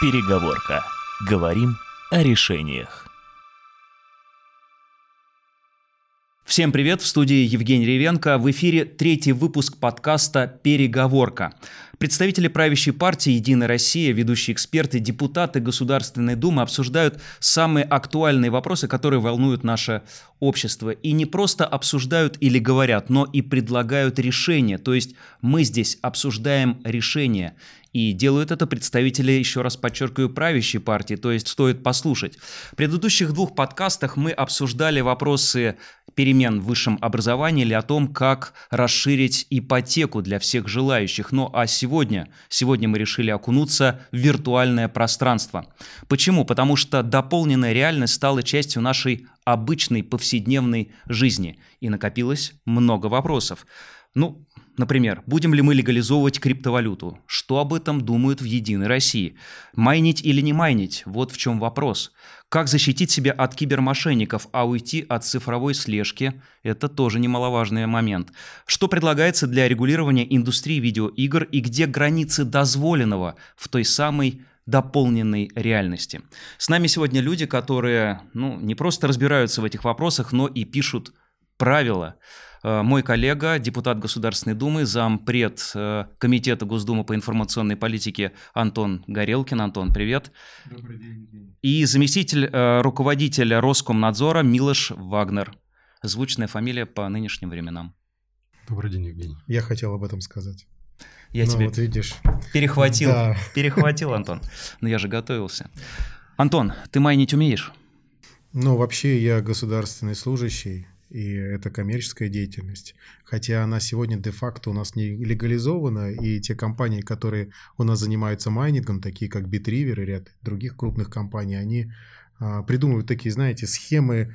Переговорка. Говорим о решениях. Всем привет, в студии Евгений Ревенко. В эфире третий выпуск подкаста «Переговорка». Представители правящей партии «Единая Россия», ведущие эксперты, депутаты Государственной Думы обсуждают самые актуальные вопросы, которые волнуют наше общество. И не просто обсуждают или говорят, но и предлагают решения. То есть мы здесь обсуждаем решения. И делают это представители, еще раз подчеркиваю, правящей партии, то есть стоит послушать. В предыдущих двух подкастах мы обсуждали вопросы перемен в высшем образовании или о том, как расширить ипотеку для всех желающих. Ну а сегодня мы решили окунуться в виртуальное пространство. Почему? Потому что дополненная реальность стала частью нашей обычной повседневной жизни. И накопилось много вопросов. Например, будем ли мы легализовывать криптовалюту? Что об этом думают в «Единой России»? Майнить или не майнить? Вот в чем вопрос. Как защитить себя от кибермошенников, а уйти от цифровой слежки? Это тоже немаловажный момент. Что предлагается для регулирования индустрии видеоигр и где границы дозволенного в той самой дополненной реальности? С нами сегодня люди, которые не просто разбираются в этих вопросах, но и пишут правила. Мой коллега, депутат Государственной Думы, зампред Комитета Госдумы по информационной политике Антон Горелкин. Антон, привет. Добрый день, Евгений. И заместитель руководителя Роскомнадзора Милош Вагнер. Звучная фамилия по нынешним временам. Добрый день, Евгений. Я хотел об этом сказать. Я тебе вот видишь. Перехватил, Антон. Но я же готовился. Антон, ты майнить умеешь? Вообще я государственный служащий. И это коммерческая деятельность. Хотя она сегодня де-факто у нас не легализована, и те компании, которые у нас занимаются майнингом, такие как Bitriver и ряд других крупных компаний, они придумывают такие, знаете, схемы.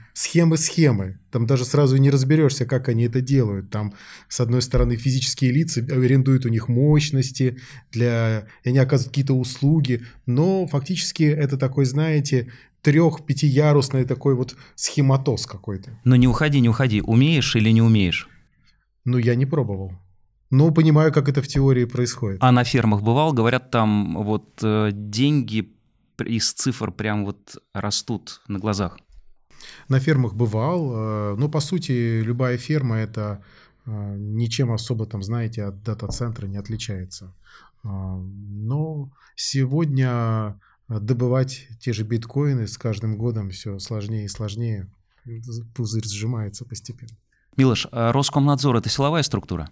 Там даже сразу не разберешься, как они это делают. Там, с одной стороны, физические лица арендуют у них мощности, и они оказывают какие-то услуги, но фактически это такой, знаете, 3-5-ярусный такой вот схематоз какой-то. Но не уходи. Умеешь или не умеешь? Я не пробовал. Но понимаю, как это в теории происходит. А на фермах бывал? Говорят, там деньги из цифр прям растут на глазах. На фермах бывал. Но, по сути, любая ферма – это ничем особо, знаете, от дата-центра не отличается. Но сегодня добывать те же биткоины с каждым годом все сложнее и сложнее. Пузырь сжимается постепенно. Милош, а Роскомнадзор – это силовая структура?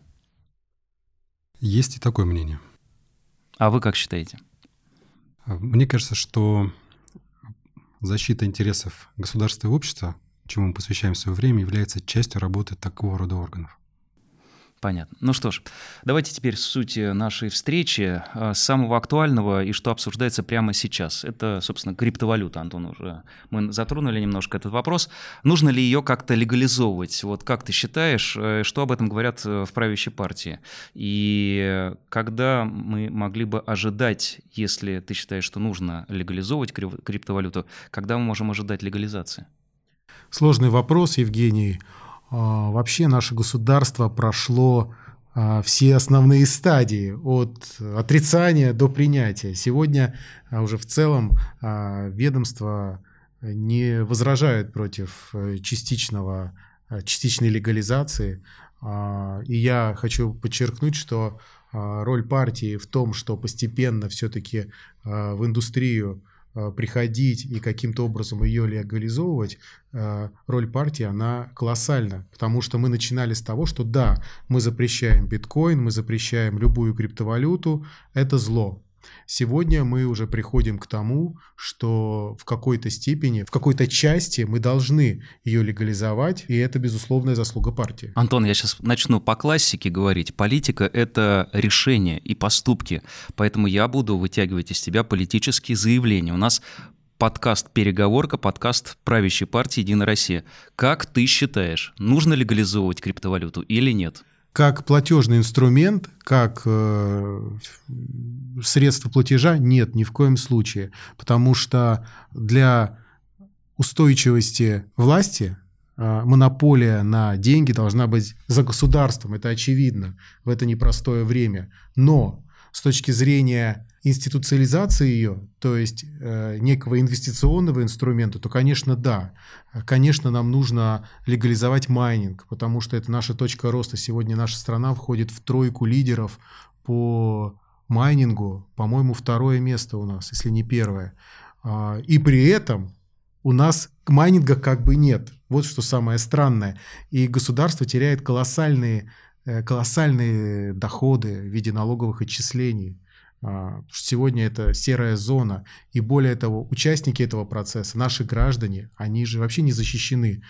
Есть и такое мнение. А вы как считаете? Мне кажется, что защита интересов государства и общества, чему мы посвящаем свое время, является частью работы такого рода органов. Понятно. Ну что ж, давайте теперь сути нашей встречи, самого актуального и что обсуждается прямо сейчас. Это, собственно, криптовалюта, Антон, уже мы затронули немножко этот вопрос. Нужно ли ее как-то легализовывать? Как ты считаешь, что об этом говорят в правящей партии? И когда мы могли бы ожидать, если ты считаешь, что нужно легализовывать криптовалюту, когда мы можем ожидать легализации? Сложный вопрос, Евгений. Вообще наше государство прошло все основные стадии от отрицания до принятия. Сегодня уже в целом ведомства не возражают против частичной легализации. И я хочу подчеркнуть, что роль партии в том, что постепенно все-таки в индустрию приходить и каким-то образом ее легализовывать, роль партии, она колоссальна. Потому что мы начинали с того, что да, мы запрещаем биткоин, мы запрещаем любую криптовалюту, это зло. Сегодня мы уже приходим к тому, что в какой-то степени, в какой-то части мы должны ее легализовать, и это безусловная заслуга партии. Антон, я сейчас начну по классике говорить. Политика – это решения и поступки, поэтому я буду вытягивать из тебя политические заявления. У нас подкаст «Переговорка», подкаст правящей партии «Единая Россия». Как ты считаешь, нужно легализовывать криптовалюту или нет? Как платежный инструмент, как средство платежа, нет, ни в коем случае. Потому что для устойчивости власти монополия на деньги должна быть за государством. Это очевидно в это непростое время. Но с точки зрения институциализации ее, то есть некого инвестиционного инструмента, то, конечно, да. Конечно, нам нужно легализовать майнинг, потому что это наша точка роста. Сегодня наша страна входит в тройку лидеров по майнингу, по-моему, 2-е место у нас, если не 1-е. И при этом у нас майнинга как бы нет. Вот что самое странное. И государство теряет колоссальные доходы в виде налоговых отчислений. Сегодня это серая зона. И более того, участники этого процесса, наши граждане, они же вообще не защищены.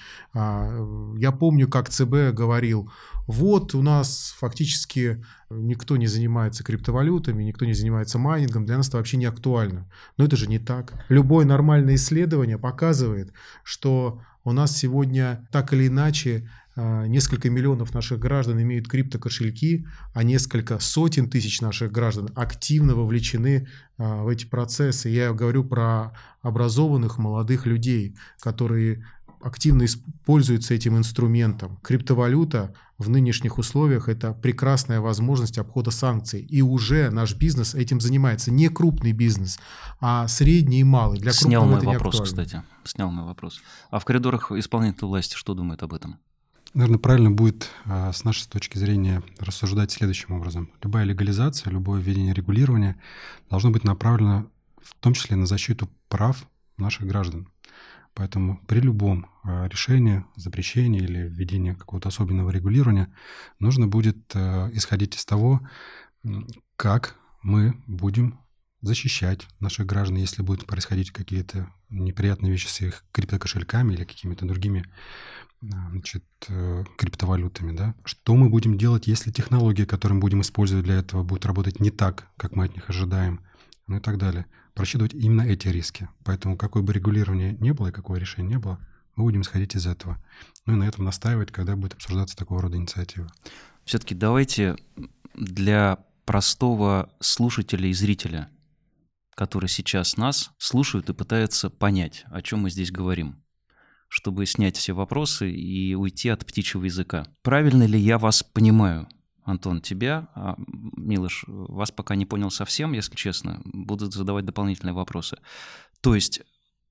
Я помню, как ЦБ говорил, вот у нас фактически никто не занимается криптовалютами, никто не занимается майнингом, для нас это вообще не актуально. Но это же не так. Любое нормальное исследование показывает, что у нас сегодня так или иначе несколько миллионов наших граждан имеют криптокошельки, а несколько сотен тысяч наших граждан активно вовлечены в эти процессы. Я говорю про образованных молодых людей, которые активно пользуются этим инструментом. Криптовалюта в нынешних условиях – это прекрасная возможность обхода санкций. И уже наш бизнес этим занимается. Не крупный бизнес, а средний и малый. Для Снял крупного мой это не вопрос, актуально. кстати. Снял мой вопрос. А в коридорах исполнительной власти что думают об этом? Наверное, правильно будет с нашей точки зрения рассуждать следующим образом. Любая легализация, любое введение регулирования должно быть направлено в том числе на защиту прав наших граждан. Поэтому при любом решении, запрещении или введении какого-то особенного регулирования нужно будет исходить из того, как мы будем защищать наших граждан, если будут происходить какие-то неприятные вещи с их криптокошельками или какими-то другими криптовалютами. Да? Что мы будем делать, если технологии, которые мы будем использовать для этого, будут работать не так, как мы от них ожидаем, ну и так далее. Просчитывать именно эти риски. Поэтому какое бы регулирование ни было и какое решение не было, мы будем исходить из этого. Ну и на этом настаивать, когда будет обсуждаться такого рода инициатива. Все-таки давайте для простого слушателя и зрителя, который сейчас нас слушает и пытается понять, о чем мы здесь говорим, чтобы снять все вопросы и уйти от птичьего языка. Правильно ли я вас понимаю, Антон, тебя, Милош, вас пока не понял совсем, если честно, буду задавать дополнительные вопросы. То есть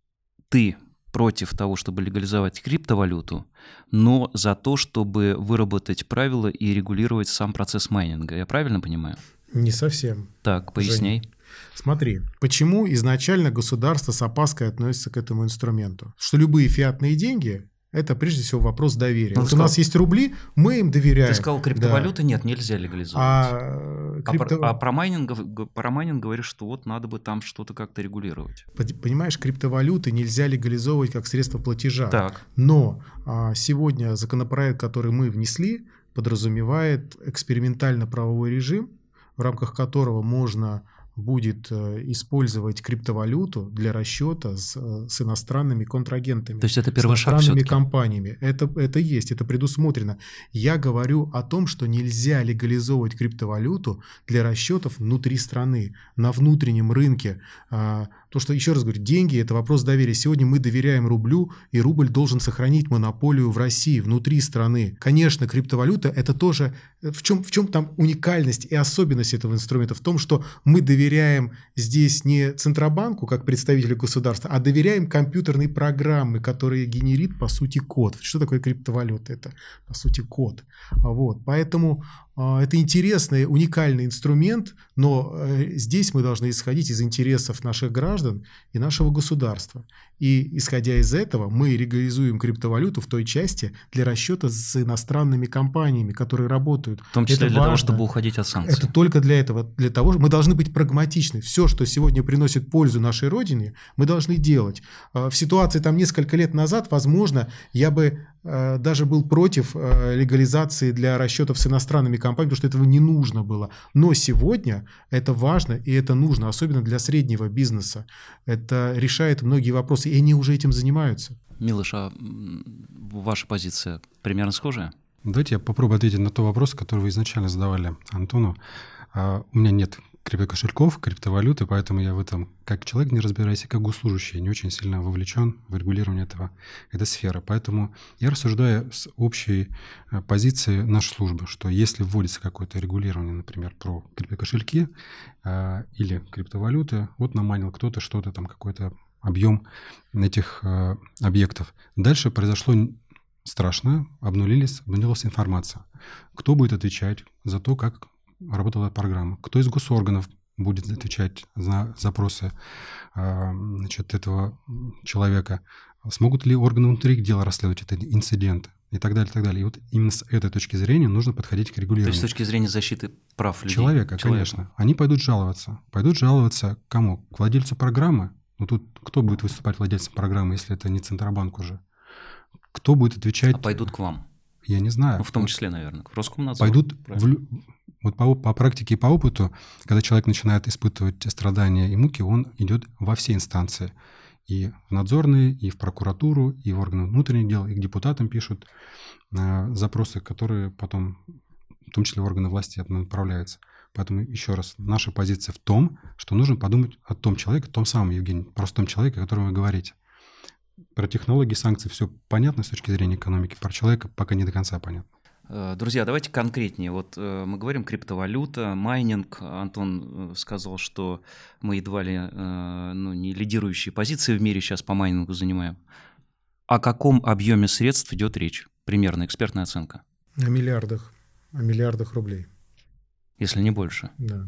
ты против того, чтобы легализовать криптовалюту, но за то, чтобы выработать правила и регулировать сам процесс майнинга. Я правильно понимаю? Не совсем. Так, поясняй. Женя, смотри, почему изначально государство с опаской относится к этому инструменту? Что любые фиатные деньги – это прежде всего вопрос доверия. Ну, вот у нас есть рубли, мы им доверяем. Ты сказал, криптовалюты да. нет, нельзя легализовать. Про майнинг говоришь, что вот надо бы там что-то как-то регулировать. Понимаешь, криптовалюты нельзя легализовывать как средство платежа. Так. Но сегодня законопроект, который мы внесли, подразумевает экспериментально-правовой режим, в рамках которого можно будет использовать криптовалюту для расчета с иностранными контрагентами. То есть это первый шаг с иностранными все-таки. компаниями. Это есть, это предусмотрено. Я говорю о том, что нельзя легализовывать криптовалюту для расчетов внутри страны, на внутреннем рынке. То, что, еще раз говорю, деньги – это вопрос доверия. Сегодня мы доверяем рублю, и рубль должен сохранить монополию в России, внутри страны. Конечно, криптовалюта – это тоже… В чем там уникальность и особенность этого инструмента? В том, что мы доверяем здесь не Центробанку, как представителю государства, а доверяем компьютерной программе, которая генерит, по сути, код. Что такое криптовалюта? Это, по сути, код. Вот. Поэтому это интересный, уникальный инструмент, но здесь мы должны исходить из интересов наших граждан и нашего государства. И исходя из этого мы легализуем криптовалюту в той части для расчета с иностранными компаниями, которые работают. В том числе это для того, важно. чтобы уходить от санкций. Это только для этого. Для того, мы должны быть прагматичны. Все, что сегодня приносит пользу нашей Родине, мы должны делать. В ситуации там несколько лет назад, возможно, я бы даже был против легализации для расчетов с иностранными компаниями, потому что этого не нужно было. Но сегодня это важно и это нужно, особенно для среднего бизнеса. Это решает многие вопросы, и они уже этим занимаются. Милош, а ваша позиция примерно схожая? Давайте я попробую ответить на тот вопрос, который вы изначально задавали Антону. У меня нет криптокошельков, криптовалюты, поэтому я в этом как человек не разбираюсь, и как госслужащий не очень сильно вовлечен в регулирование этой сферы. Поэтому я рассуждаю с общей позиции нашей службы, что если вводится какое-то регулирование, например, про криптокошельки или криптовалюты, вот наманил кто-то что-то там, какой-то объем этих объектов. Дальше произошло страшно, обнулилась информация. Кто будет отвечать за то, как работала программа? Кто из госорганов будет отвечать за запросы этого человека? Смогут ли органы внутренних дел расследовать этот инцидент? И так далее, и так далее. И вот именно с этой точки зрения нужно подходить к регулированию. То есть с точки зрения защиты прав людей? Человека, конечно. Они пойдут жаловаться. Пойдут жаловаться к кому? К владельцу программы? Ну тут кто будет выступать владельцем программы, если это не Центробанк уже? Кто будет отвечать? А пойдут к вам? Я не знаю. Ну, в том числе, наверное, к Роскомнадзору. Пойдут вот по практике и по опыту, когда человек начинает испытывать страдания и муки, он идет во все инстанции. И в надзорные, и в прокуратуру, и в органы внутренних дел, и к депутатам пишут запросы, которые потом, в том числе в органы власти, направляются. Поэтому еще раз, наша позиция в том, что нужно подумать о том человеке, том самом, Евгений, просто том человеке, о котором вы говорите. Про технологии, санкции все понятно с точки зрения экономики, про человека пока не до конца понятно. Друзья, давайте конкретнее. Вот мы говорим криптовалюта, майнинг. Антон сказал, что мы едва ли не лидирующие позиции в мире сейчас по майнингу занимаем. О каком объеме средств идет речь? Примерно экспертная оценка. О миллиардах рублей. Если не больше. Да.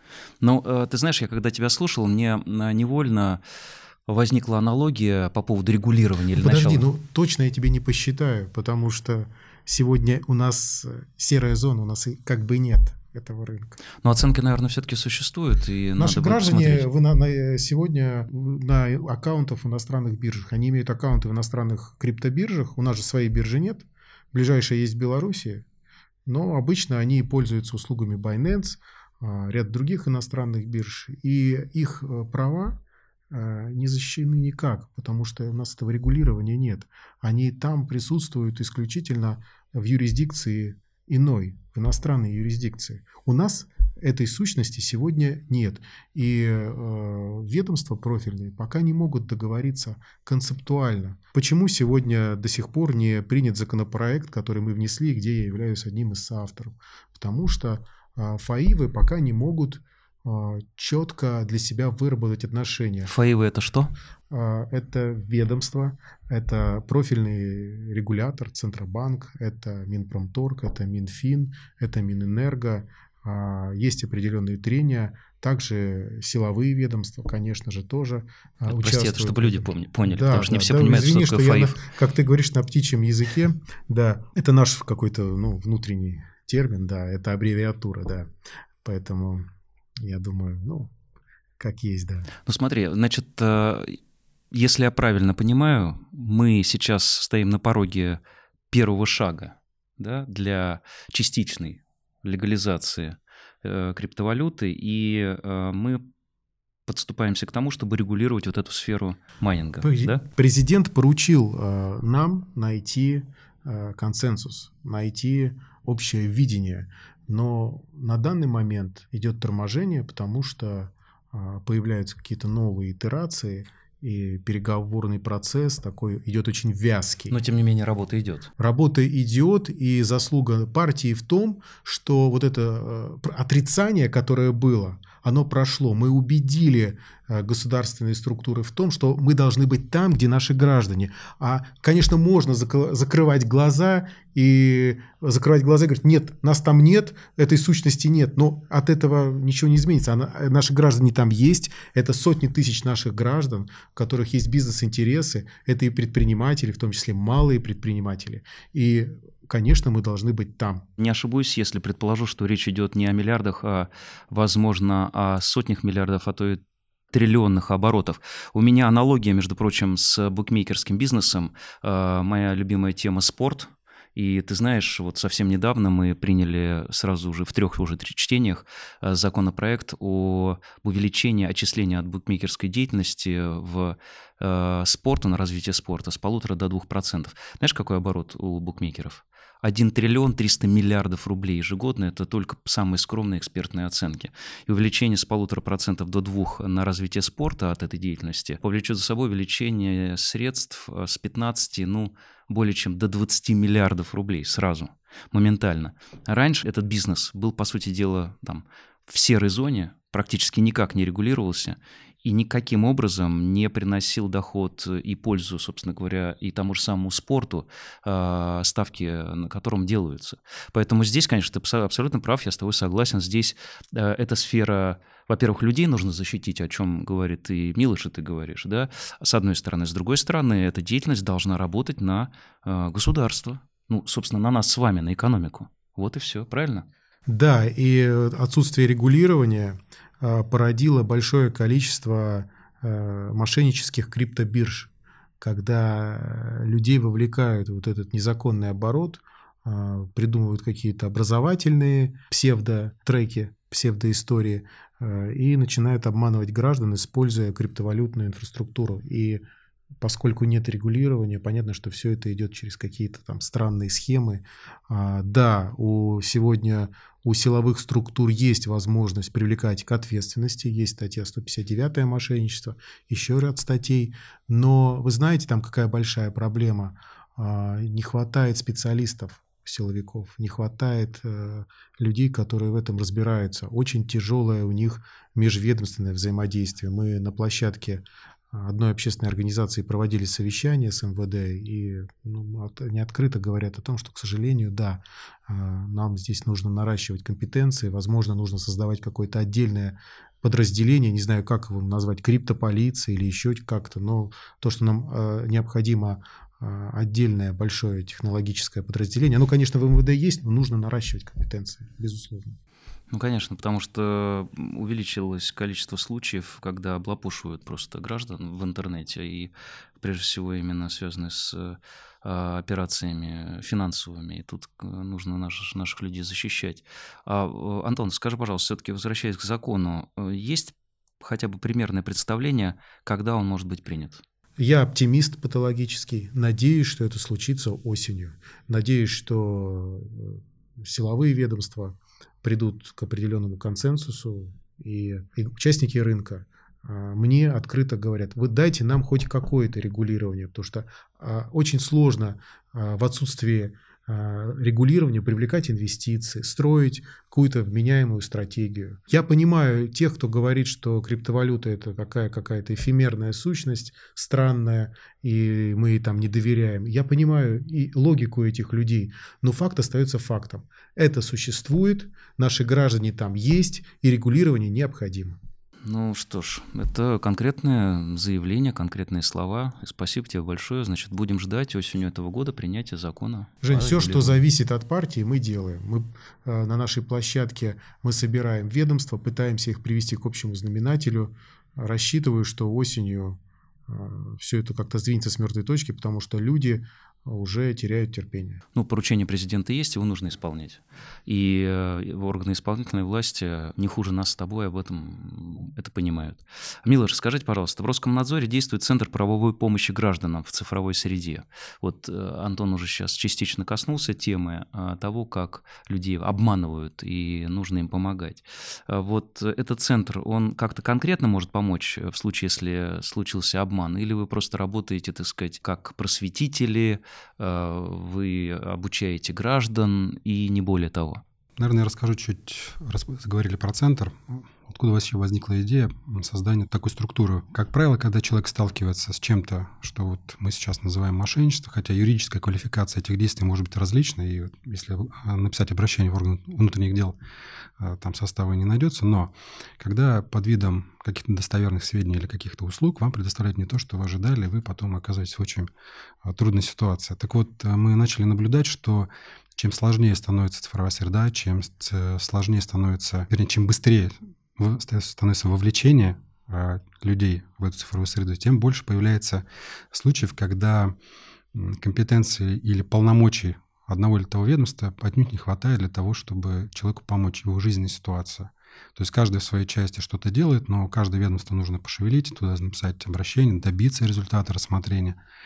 Но ты знаешь, я когда тебя слушал, мне невольно возникла аналогия по поводу регулирования или начала. Подожди, точно я тебе не посчитаю, потому что сегодня у нас серая зона, у нас как бы нет этого рынка. Но оценки, наверное, все-таки существуют. И наши граждане сегодня на аккаунтах в иностранных биржах, они имеют аккаунты в иностранных криптобиржах, у нас же своей биржи нет, ближайшая есть в Беларуси, но обычно они пользуются услугами Binance, ряд других иностранных бирж, и их права не защищены никак, потому что у нас этого регулирования нет. Они там присутствуют исключительно в юрисдикции иной, в иностранной юрисдикции. У нас этой сущности сегодня нет. И ведомства профильные пока не могут договориться концептуально. Почему сегодня до сих пор не принят законопроект, который мы внесли, где я являюсь одним из соавторов? Потому что ФАИВы пока не могут четко для себя выработать отношения. ФАИВы – это что? Это ведомство, это профильный регулятор, Центробанк, это Минпромторг, это Минфин, это Минэнерго. Есть определенные трения. Также силовые ведомства, конечно же, тоже участвуют. Прости, это чтобы люди поняли, да, потому что не все понимают, извини, что такое ФАИВ. Как ты говоришь на птичьем языке, да, это наш какой-то внутренний термин, да, это аббревиатура, да. Поэтому... Я думаю, как есть, да. Ну смотри, значит, если я правильно понимаю, мы сейчас стоим на пороге первого шага, да, для частичной легализации криптовалюты, и мы подступаемся к тому, чтобы регулировать вот эту сферу майнинга. Да? Президент поручил нам найти консенсус, найти общее видение. Но на данный момент идет торможение, потому что появляются какие-то новые итерации, и переговорный процесс такой идет очень вязкий. Но, тем не менее, работа идет. Работа идет, и заслуга партии в том, что вот это отрицание, которое было, оно прошло. Мы убедили государственные структуры в том, что мы должны быть там, где наши граждане. Конечно, можно закрывать глаза и говорить, нет, нас там нет, этой сущности нет, но от этого ничего не изменится. Наши граждане там есть, это сотни тысяч наших граждан, у которых есть бизнес-интересы, это и предприниматели, в том числе малые предприниматели. И конечно, мы должны быть там. Не ошибусь, если предположу, что речь идет не о миллиардах, а, возможно, о сотнях миллиардов, а то и триллионных оборотов. У меня аналогия, между прочим, с букмекерским бизнесом. Моя любимая тема – спорт. И ты знаешь, вот совсем недавно мы приняли сразу уже в 3 чтениях законопроект о увеличении отчисления от букмекерской деятельности в спорт, на развитие спорта с 1,5 до 2%. Знаешь, какой оборот у букмекеров? 1 триллион 300 миллиардов рублей ежегодно. Это только самые скромные экспертные оценки. И увеличение с 1,5% до 2% на развитие спорта от этой деятельности повлечет за собой увеличение средств с 15, более чем до 20 миллиардов рублей сразу, моментально. Раньше этот бизнес был, по сути дела, в серой зоне, практически никак не регулировался и никаким образом не приносил доход и пользу, собственно говоря, и тому же самому спорту, ставки на котором делаются. Поэтому здесь, конечно, ты абсолютно прав, я с тобой согласен. Здесь эта сфера, во-первых, людей нужно защитить, о чем говорит и Милош, и ты говоришь, да, с одной стороны. С другой стороны, эта деятельность должна работать на государство, собственно, на нас с вами, на экономику. Вот и все, правильно? Да, и отсутствие регулирования породило большое количество мошеннических криптобирж, когда людей вовлекают в вот этот незаконный оборот, придумывают какие-то образовательные псевдотреки, псевдоистории и начинают обманывать граждан, используя криптовалютную инфраструктуру. И поскольку нет регулирования, понятно, что все это идет через какие-то там странные схемы. Да, сегодня у силовых структур есть возможность привлекать к ответственности. Есть статья 159 мошенничество, еще ряд статей. Но вы знаете, там какая большая проблема? Не хватает специалистов, силовиков, не хватает людей, которые в этом разбираются. Очень тяжелое у них межведомственное взаимодействие. Мы на площадке одной общественной организации проводили совещание с МВД и не открыто говорят о том, что, к сожалению, да, нам здесь нужно наращивать компетенции, возможно, нужно создавать какое-то отдельное подразделение, не знаю, как его назвать, криптополиция или еще как-то, но то, что нам необходимо отдельное большое технологическое подразделение, оно, конечно, в МВД есть, но нужно наращивать компетенции, безусловно. Конечно, потому что увеличилось количество случаев, когда облапошивают просто граждан в интернете, и прежде всего именно связанные с операциями финансовыми, и тут нужно наших людей защищать. Антон, скажи, пожалуйста, все-таки возвращаясь к закону, есть хотя бы примерное представление, когда он может быть принят? Я оптимист патологический, надеюсь, что это случится осенью, надеюсь, что силовые ведомства придут к определенному консенсусу, и участники рынка мне открыто говорят, вы дайте нам хоть какое-то регулирование, потому что очень сложно в отсутствии регулирования привлекать инвестиции, строить какую-то вменяемую стратегию. Я понимаю тех, кто говорит, что криптовалюта – это такая какая-то эфемерная сущность, странная, и мы там не доверяем. Я понимаю и логику этих людей, но факт остается фактом. Это существует, наши граждане там есть, и регулирование необходимо. Ну что ж, это конкретное заявление, конкретные слова. Спасибо тебе большое. Значит, будем ждать осенью этого года принятия закона. Жень, все, что зависит от партии, мы делаем. Мы на нашей площадке мы собираем ведомства, пытаемся их привести к общему знаменателю. Рассчитываю, что осенью все это как-то сдвинется с мертвой точки, потому что люди уже теряют терпение. Поручение президента есть, его нужно исполнять. И органы исполнительной власти не хуже нас с тобой об этом это понимают. Милош, скажите, пожалуйста, в Роскомнадзоре действует Центр правовой помощи гражданам в цифровой среде. Вот Антон уже сейчас частично коснулся темы того, как людей обманывают и нужно им помогать. Вот этот центр, он как-то конкретно может помочь в случае, если случился обман? Или вы просто работаете, так сказать, как просветители, вы обучаете граждан и не более того? Наверное, я расскажу чуть, раз вы заговорили про центр, откуда вообще возникла идея создания такой структуры. Как правило, когда человек сталкивается с чем-то, что вот мы сейчас называем мошенничество, хотя юридическая квалификация этих действий может быть различной, и если написать обращение в органы внутренних дел, там состава не найдется, но когда под видом каких-то достоверных сведений или каких-то услуг вам предоставляют не то, что вы ожидали, вы потом оказываетесь в очень трудной ситуации. Так вот, мы начали наблюдать, что чем сложнее становится цифровая среда, чем сложнее становится, вернее, чем быстрее становится вовлечение людей в эту цифровую среду, тем больше появляется случаев, когда компетенции или полномочий одного или того ведомства отнюдь не хватает для того, чтобы человеку помочь в его жизненной ситуации. То есть каждый в своей части что-то делает, но каждое ведомство нужно пошевелить, туда написать обращение, добиться результата рассмотрения.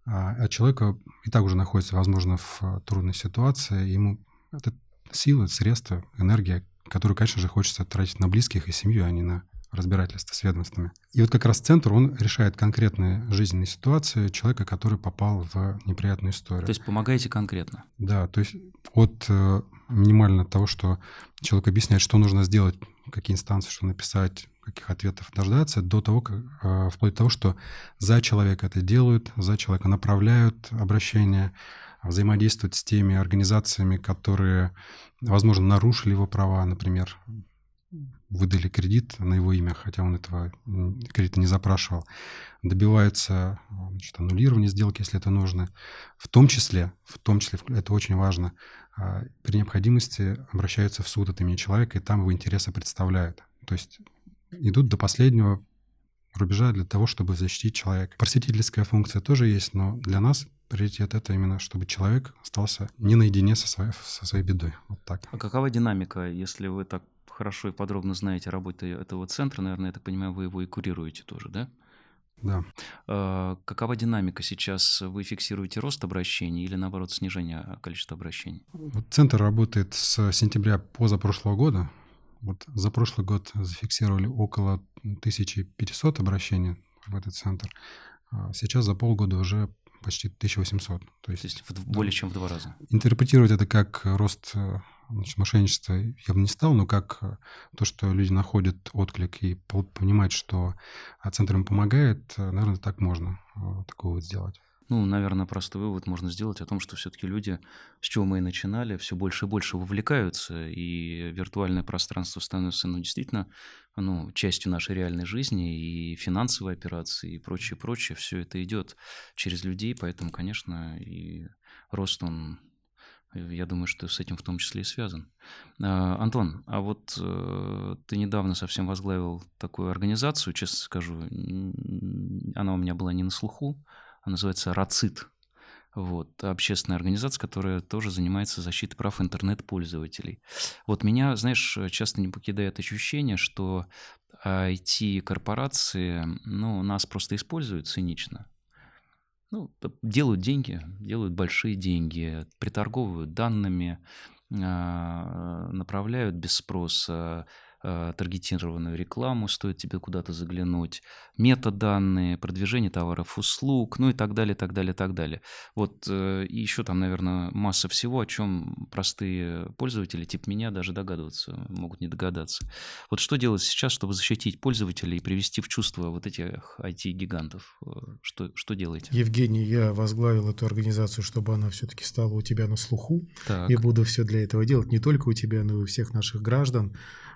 А человек и так уже находится, возможно, в трудной ситуации. Ему это силы, средства, энергия, которую, конечно же, хочется тратить на близких и семью, а не на разбирательство с ведомствами. И вот как раз центр, он решает конкретные жизненные ситуации человека, который попал в неприятную историю. То есть помогаете конкретно? Да, то есть от минимально того, что человек объясняет, что нужно сделать, какие инстанции, что написать, каких ответов дождаться, до того, вплоть до того, что за человека это делают, за человека направляют обращения, взаимодействуют с теми организациями, которые, возможно, нарушили его права, например, выдали кредит на его имя, хотя он этого кредита не запрашивал, добиваются аннулирования сделки, если это нужно. В том числе, это очень важно, при необходимости обращаются в суд от имени человека, и там его интересы представляют. То есть идут до последнего рубежа для того, чтобы защитить человека. Просветительская функция тоже есть, но для нас приоритет — это именно, чтобы человек остался не наедине со своей бедой. Вот так. А какова динамика, если вы так хорошо и подробно знаете работу этого центра, наверное, я так понимаю, вы его и курируете тоже, да? Да. Какова динамика сейчас? Вы фиксируете рост обращений или, наоборот, снижение количества обращений? Центр работает с сентября позапрошлого года. Вот за прошлый год зафиксировали около 1500 обращений в этот центр. Сейчас за полгода уже почти 1800. То есть более чем в 2 раза. Интерпретировать это как рост мошенничества я бы не стал, но как то, что люди находят отклик и понимают, что центр им помогает, наверное, так можно такого вот сделать. Ну, наверное, простой вывод можно сделать о том, что все-таки люди, с чего мы и начинали, все больше и больше вовлекаются, и виртуальное пространство становится, действительно, частью нашей реальной жизни, и финансовые операции, и прочее, все это идет через людей, поэтому, конечно, и рост, я думаю, что с этим в том числе и связан. Антон, а вот ты недавно совсем возглавил такую организацию, честно скажу, она у меня была не на слуху, она называется РАЦИТ. Вот, общественная организация, которая тоже занимается защитой прав интернет-пользователей. Вот меня, знаешь, часто не покидает ощущение, что IT-корпорации, нас просто используют цинично. Делают деньги, делают большие деньги, приторговывают данными, направляют без спроса таргетированную рекламу, стоит тебе куда-то заглянуть, метаданные, продвижение товаров, услуг, и так далее, так далее, так далее. Вот, и еще там, наверное, масса всего, о чем простые пользователи типа меня даже догадываться, могут не догадаться. Вот что делать сейчас, чтобы защитить пользователей и привести в чувство вот этих IT-гигантов? Что делаете? Евгений, я возглавил эту организацию, чтобы она все-таки стала у тебя на слуху. Так. И буду все для этого делать, не только у тебя, но и у всех наших граждан.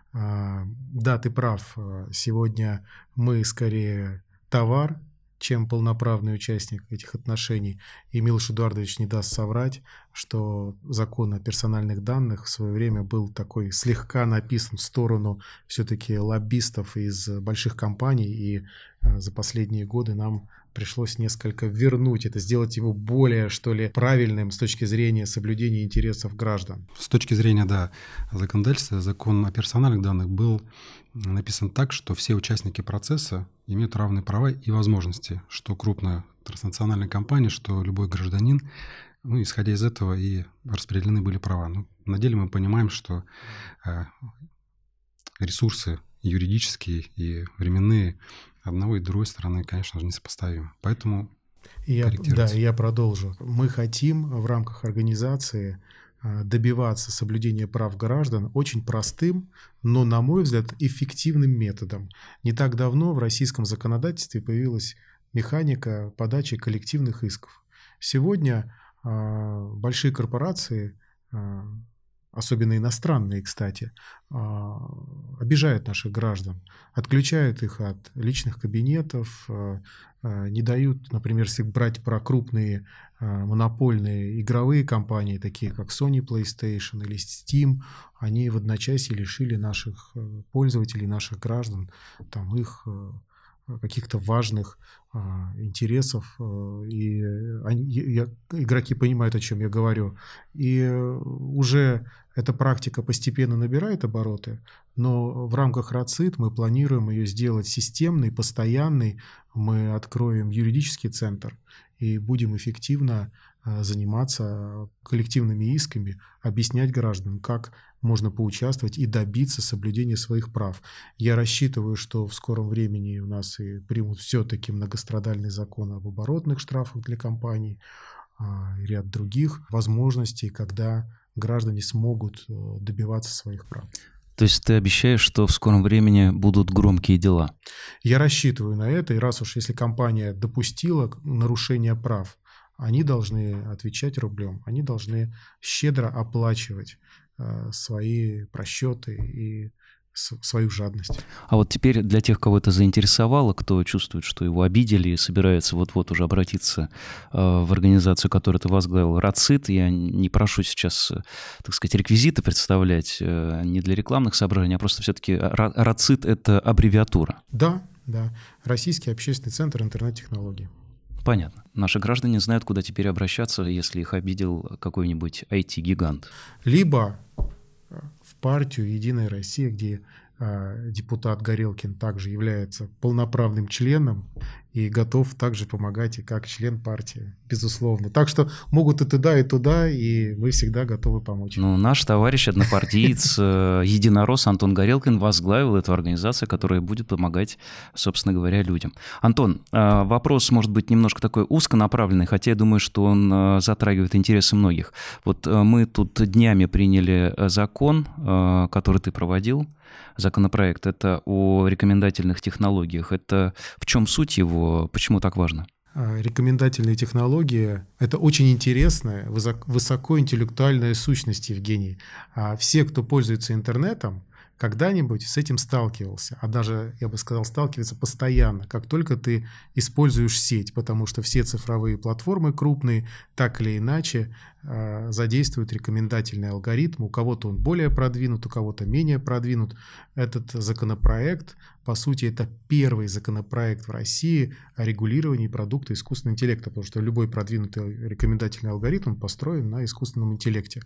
Да, ты прав. Сегодня мы скорее товар, чем полноправный участник этих отношений. И Милош Эдуардович не даст соврать, что закон о персональных данных в свое время был такой слегка написан в сторону все-таки лоббистов из больших компаний. И за последние годы нам пришлось несколько вернуть это, сделать его более, что ли, правильным с точки зрения соблюдения интересов граждан. С точки зрения, законодательства, закон о персональных данных был написан так, что все участники процесса имеют равные права и возможности, что крупная транснациональная компания, что любой гражданин. Исходя из этого и распределены были права. На деле мы понимаем, что ресурсы юридические и временные одного и другой стороны, конечно же, несопоставимы. Поэтому я продолжу. Мы хотим в рамках организации добиваться соблюдения прав граждан очень простым, но, на мой взгляд, эффективным методом. Не так давно в российском законодательстве появилась механика подачи коллективных исков. Сегодня большие корпорации, особенно иностранные, кстати, обижают наших граждан, отключают их от личных кабинетов, не дают, например, если брать про крупные монопольные игровые компании, такие как Sony PlayStation или Steam, они в одночасье лишили наших пользователей, наших граждан, их каких-то важных интересов, и игроки понимают, о чем я говорю. И уже эта практика постепенно набирает обороты, но в рамках РАЦИТ мы планируем ее сделать системной, постоянной. Мы откроем юридический центр, и будем эффективно заниматься коллективными исками, объяснять гражданам, как можно поучаствовать и добиться соблюдения своих прав. Я рассчитываю, что в скором времени у нас и примут все-таки многострадальный закон об оборотных штрафах для компаний, и ряд других возможностей, когда граждане смогут добиваться своих прав. То есть ты обещаешь, что в скором времени будут громкие дела? Я рассчитываю на это, и раз уж если компания допустила нарушение прав, они должны отвечать рублем, они должны щедро оплачивать свои просчеты и свою жадность. А вот теперь для тех, кого это заинтересовало, кто чувствует, что его обидели и собирается вот-вот уже обратиться в организацию, которую ты возглавил, РАЦИТ, я не прошу сейчас, так сказать, реквизиты представлять не для рекламных соображений, а просто все-таки РАЦИТ — это аббревиатура. Да. Российский общественный центр интернет-технологий. Понятно. Наши граждане знают, куда теперь обращаться, если их обидел какой-нибудь IT-гигант. Либо в партию «Единая Россия», где депутат Горелкин также является полноправным членом и готов также помогать и как член партии, безусловно. Так что могут и туда, и мы всегда готовы помочь. Ну, наш товарищ, однопартиец, единорос Антон Горелкин возглавил эту организацию, которая будет помогать, собственно говоря, людям. Антон, вопрос может быть немножко такой узконаправленный, хотя я думаю, что он затрагивает интересы многих. Вот мы тут днями приняли закон, который ты проводил, законопроект, это о рекомендательных технологиях. Это в чем суть его, почему так важно? Рекомендательные технологии – это очень интересная, высокоинтеллектуальная сущность, Евгений. Все, кто пользуется интернетом, когда-нибудь с этим сталкивался, а даже, я бы сказал, сталкивается постоянно, как только ты используешь сеть, потому что все цифровые платформы крупные так или иначе задействуют рекомендательный алгоритм. У кого-то он более продвинут, у кого-то менее продвинут. Этот законопроект, по сути, это первый законопроект в России о регулировании продукта искусственного интеллекта, потому что любой продвинутый рекомендательный алгоритм построен на искусственном интеллекте.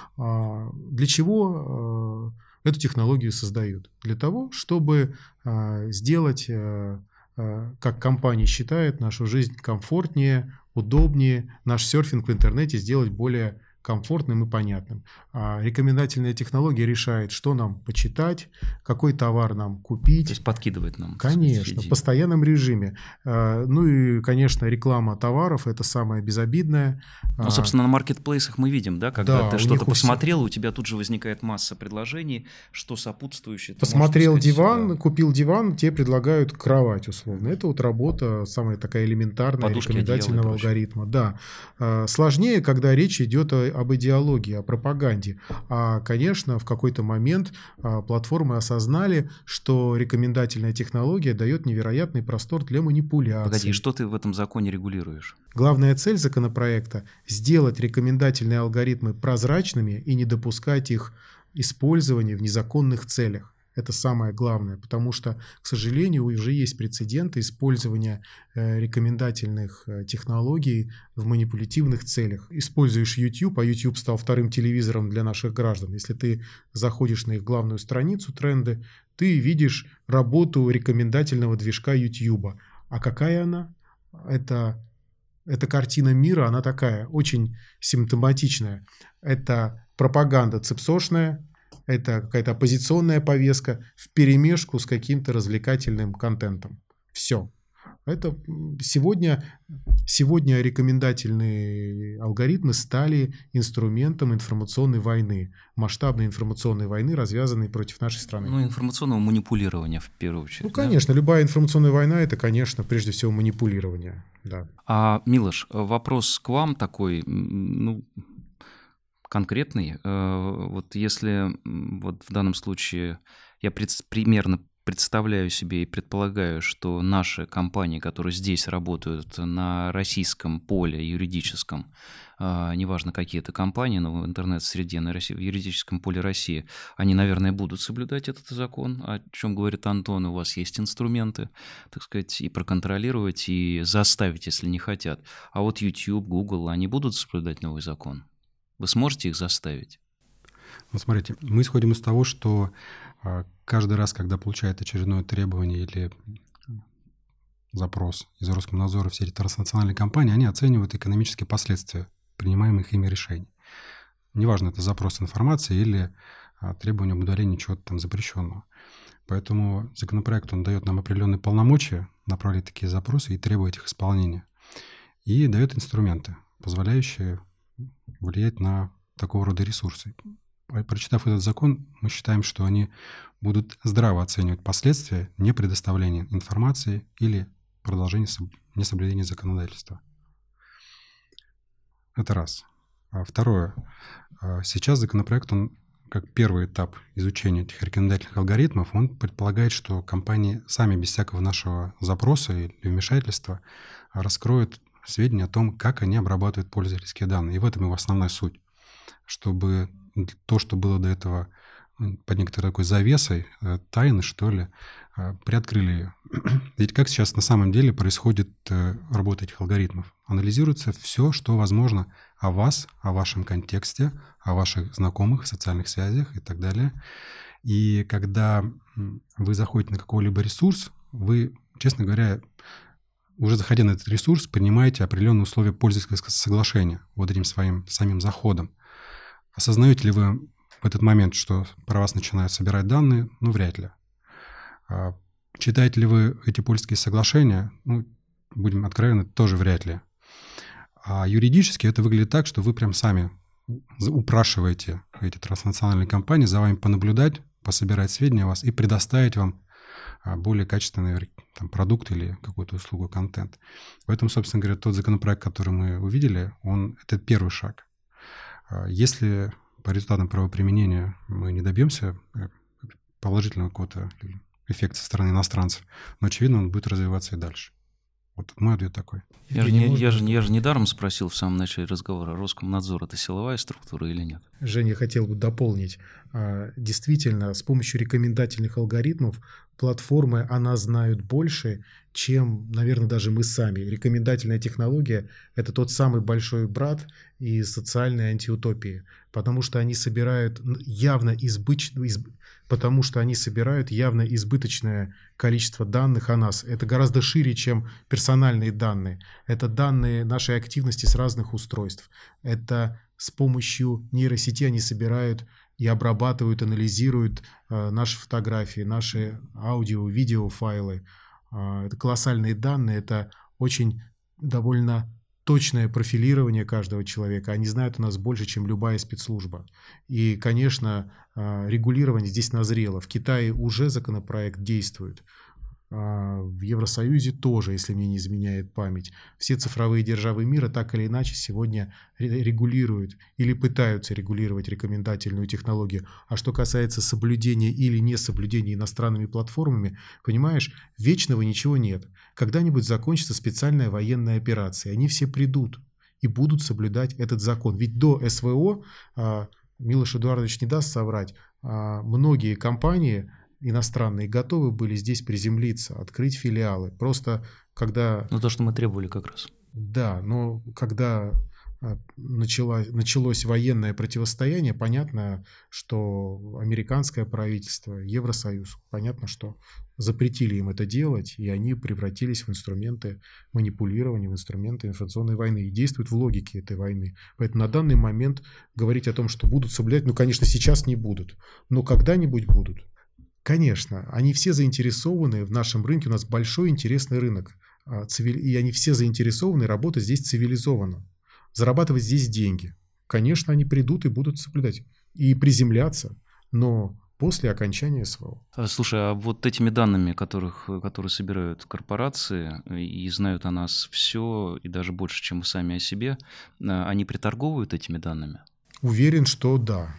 Для чего эту технологию создают? Для того, чтобы сделать, как компания считает, нашу жизнь комфортнее, удобнее, наш серфинг в интернете сделать более комфортным и понятным. А рекомендательная технология решает, что нам почитать, какой товар нам купить. То есть подкидывает нам. Конечно, в постоянном режиме. Ну и, конечно, реклама товаров – это самое безобидное. Ну, собственно, на маркетплейсах мы видим, да, когда ты что-то посмотрел, у тебя тут же возникает масса предложений, что сопутствующее. Посмотрел диван, купил диван, тебе предлагают кровать условно. Это вот работа самая такая элементарная рекомендательного алгоритма. Да. Сложнее, когда речь идет об идеологии, о пропаганде. А, конечно, в какой-то момент платформы осознали, что рекомендательная технология дает невероятный простор для манипуляций. Погоди, что ты в этом законе регулируешь? Главная цель законопроекта – сделать рекомендательные алгоритмы прозрачными и не допускать их использования в незаконных целях. Это самое главное, потому что, к сожалению, уже есть прецеденты использования рекомендательных технологий в манипулятивных целях. Используешь YouTube, а YouTube стал вторым телевизором для наших граждан. Если ты заходишь на их главную страницу «Тренды», ты видишь работу рекомендательного движка YouTube. А какая она? Это картина мира, она такая, очень симптоматичная. Это пропаганда цепсошная, это какая-то оппозиционная повестка вперемешку с каким-то развлекательным контентом. Все. Это сегодня рекомендательные алгоритмы стали инструментом информационной войны, масштабной информационной войны, развязанной против нашей страны. Ну, информационного манипулирования в первую очередь. Ну, конечно, да? Любая информационная война – это, конечно, прежде всего манипулирование. Да. А, Милош, вопрос к вам такой, конкретный. Вот если вот в данном случае я примерно представляю себе и предполагаю, что наши компании, которые здесь работают на российском поле юридическом, неважно какие это компании, но в интернет-среде, в юридическом поле России, они, наверное, будут соблюдать этот закон, о чем говорит Антон. У вас есть инструменты, так сказать, и проконтролировать, и заставить, если не хотят. А вот YouTube, Google, они будут соблюдать новый закон? Вы сможете их заставить? Ну, смотрите, мы исходим из того, что каждый раз, когда получает очередное требование или запрос из Роскомнадзора в сети транснациональной компании, они оценивают экономические последствия принимаемых ими решений. Неважно, это запрос информации или требование об удалении чего-то там запрещенного. Поэтому законопроект, он дает нам определенные полномочия направлять такие запросы и требовать их исполнения. И дает инструменты, позволяющие влиять на такого рода ресурсы. Прочитав этот закон, мы считаем, что они будут здраво оценивать последствия непредоставления информации или продолжения несоблюдения законодательства. Это раз. Второе. Сейчас законопроект, он как первый этап изучения этих рекомендательных алгоритмов, он предполагает, что компании сами без всякого нашего запроса или вмешательства раскроют сведения о том, как они обрабатывают пользовательские данные. И в этом его основная суть. Чтобы то, что было до этого под некоторой такой завесой, тайны, что ли, приоткрыли ее. Ведь как сейчас на самом деле происходит работа этих алгоритмов? Анализируется все, что возможно о вас, о вашем контексте, о ваших знакомых, социальных связях и так далее. И когда вы заходите на какой-либо ресурс, вы, честно говоря, уже заходя на этот ресурс, принимаете определенные условия пользовательского соглашения вот этим своим самим заходом. Осознаете ли вы в этот момент, что про вас начинают собирать данные? Ну, вряд ли. Читаете ли вы эти пользовательские соглашения? Ну, будем откровенны, тоже вряд ли. А юридически это выглядит так, что вы прям сами упрашиваете эти транснациональные компании за вами понаблюдать, пособирать сведения о вас и предоставить вам более качественный там, продукт или какую-то услугу, контент. Поэтому, собственно говоря, тот законопроект, который мы увидели, это первый шаг. Если по результатам правоприменения мы не добьемся положительного какого-то эффекта со стороны иностранцев, но, очевидно, он будет развиваться и дальше. Вот мой ответ такой. Я же недаром спросил в самом начале разговора, Роскомнадзор — это силовая структура или нет? Женя, хотел бы дополнить. Действительно, с помощью рекомендательных алгоритмов платформы о нас знают больше, чем, наверное, даже мы сами. Рекомендательная технология – это тот самый большой брат из социальной антиутопии, потому что они собирают явно избыточное количество данных о нас. Это гораздо шире, чем персональные данные. Это данные нашей активности с разных устройств. Это с помощью нейросети они собирают и обрабатывают, анализируют наши фотографии, наши аудио, видеофайлы. Это колоссальные данные, это очень довольно точное профилирование каждого человека. Они знают о нас больше, чем любая спецслужба. И, конечно, регулирование здесь назрело. В Китае уже законопроект действует. В Евросоюзе тоже, если мне не изменяет память. Все цифровые державы мира так или иначе сегодня регулируют или пытаются регулировать рекомендательную технологию. А что касается соблюдения или несоблюдения иностранными платформами, понимаешь, вечного ничего нет. Когда-нибудь закончится специальная военная операция. Они все придут и будут соблюдать этот закон. Ведь до СВО, Милош Эдуардович не даст соврать, многие компании иностранные готовы были здесь приземлиться, открыть филиалы. Просто когда... Ну, то, что мы требовали как раз. Да, но когда началось военное противостояние, понятно, что американское правительство, Евросоюз, понятно, что запретили им это делать, и они превратились в инструменты манипулирования, в инструменты информационной войны и действуют в логике этой войны. Поэтому на данный момент говорить о том, что будут соблюдать, ну, конечно, сейчас не будут, но когда-нибудь будут. Конечно, они все заинтересованы в нашем рынке, у нас большой интересный рынок, и они все заинтересованы работать здесь цивилизованно, зарабатывать здесь деньги. Конечно, они придут и будут соблюдать, и приземляться, но после окончания СВО. Слушай, а вот этими данными, которые собирают корпорации и знают о нас все, и даже больше, чем мы сами о себе, они приторговывают этими данными? Уверен, что да.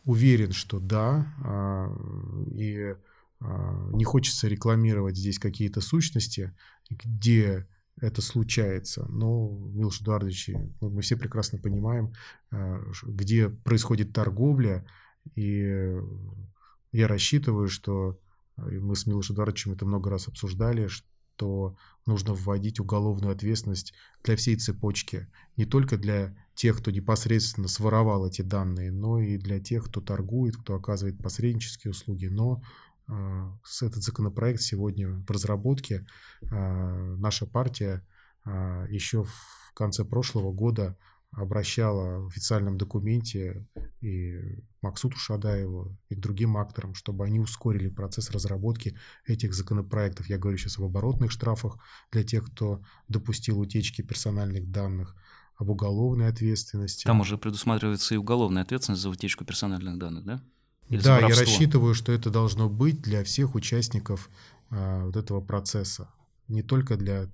И не хочется рекламировать здесь какие-то сущности, где это случается. Но, Милош Эдуардович, мы все прекрасно понимаем, где происходит торговля, и я рассчитываю, что мы с Милошем Эдуардовичем это много раз обсуждали, что нужно вводить уголовную ответственность для всей цепочки, не только для тех, кто непосредственно своровал эти данные, но и для тех, кто торгует, кто оказывает посреднические услуги, но этот законопроект сегодня в разработке. Наша партия еще в конце прошлого года обращала в официальном документе и к Максуту Шадаеву, и к другим акторам, чтобы они ускорили процесс разработки этих законопроектов. Я говорю сейчас об оборотных штрафах для тех, кто допустил утечки персональных данных, об уголовной ответственности. Там уже предусматривается и уголовная ответственность за утечку персональных данных, да? Да, я рассчитываю, что это должно быть для всех участников вот этого процесса. Не только для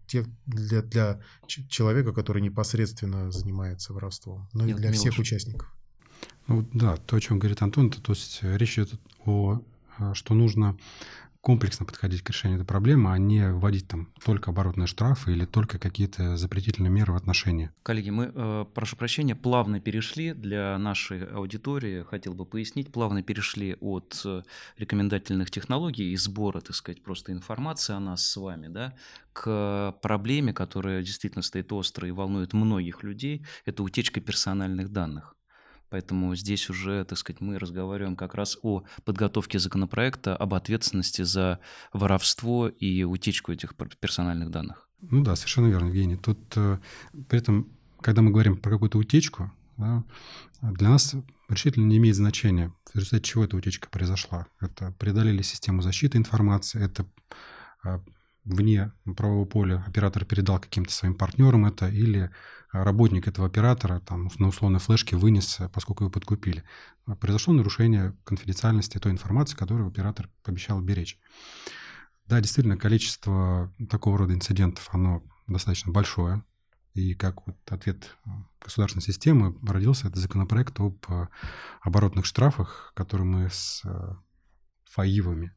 человека, который непосредственно занимается воровством, но и для всех участников. Ну, да, то, о чем говорит Антон, то есть речь идет что нужно комплексно подходить к решению этой проблемы, а не вводить там только оборотные штрафы или только какие-то запретительные меры в отношении. Коллеги, мы, прошу прощения, плавно перешли для нашей аудитории, хотел бы пояснить, плавно перешли от рекомендательных технологий и сбора, так сказать, просто информации о нас с вами, да, к проблеме, которая действительно стоит остро и волнует многих людей, это утечка персональных данных. Поэтому здесь уже, так сказать, мы разговариваем как раз о подготовке законопроекта об ответственности за воровство и утечку этих персональных данных. Ну да, совершенно верно, Евгений. Тут при этом, когда мы говорим про какую-то утечку, да, для нас решительно не имеет значения, в результате чего эта утечка произошла. Это преодолели систему защиты информации, это вне правового поля оператор передал каким-то своим партнерам это, или работник этого оператора там, на условной флешке вынес, поскольку его подкупили. Произошло нарушение конфиденциальности той информации, которую оператор обещал беречь. Да, действительно, количество такого рода инцидентов, оно достаточно большое. И как вот ответ государственной системы родился этот законопроект об оборотных штрафах, который мы с ФАИВами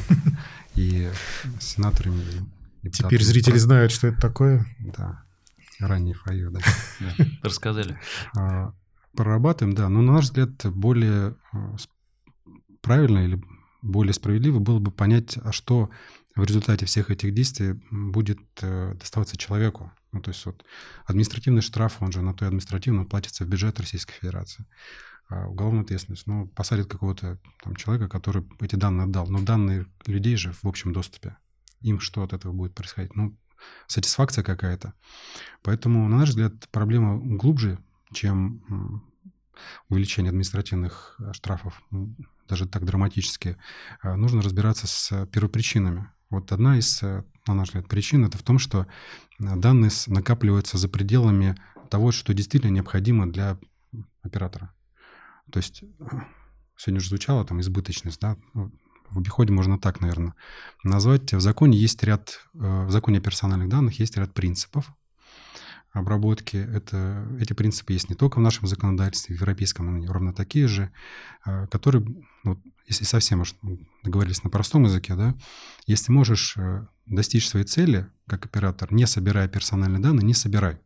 и сенаторами. Теперь зрители знают, что это такое. Да, ранний ФАИВ, да. Рассказали. Прорабатываем, да. Но, на наш взгляд, более правильно или более справедливо было бы понять, а что в результате всех этих действий будет доставаться человеку. Ну, то есть вот административный штраф, он же на то и административно платится в бюджет Российской Федерации. А уголовная ответственность, ну, посадят какого-то там человека, который эти данные отдал. Но данные людей же в общем доступе. Им что от этого будет происходить? Ну, сатисфакция какая-то. Поэтому, на наш взгляд, проблема глубже, чем увеличение административных штрафов, даже так драматически. Нужно разбираться с первопричинами. Вот одна из, на наш взгляд, причин – это в том, что данные накапливаются за пределами того, что действительно необходимо для оператора. То есть сегодня уже звучало там избыточность, да? В обиходе можно так, наверное, назвать. В законе есть в законе о персональных данных есть ряд принципов обработки. Эти принципы есть не только в нашем законодательстве, в европейском они ровно такие же, которые, вот, если совсем уж договорились на простом языке, да, если можешь достичь своей цели, как оператор, не собирая персональные данные, не собирай.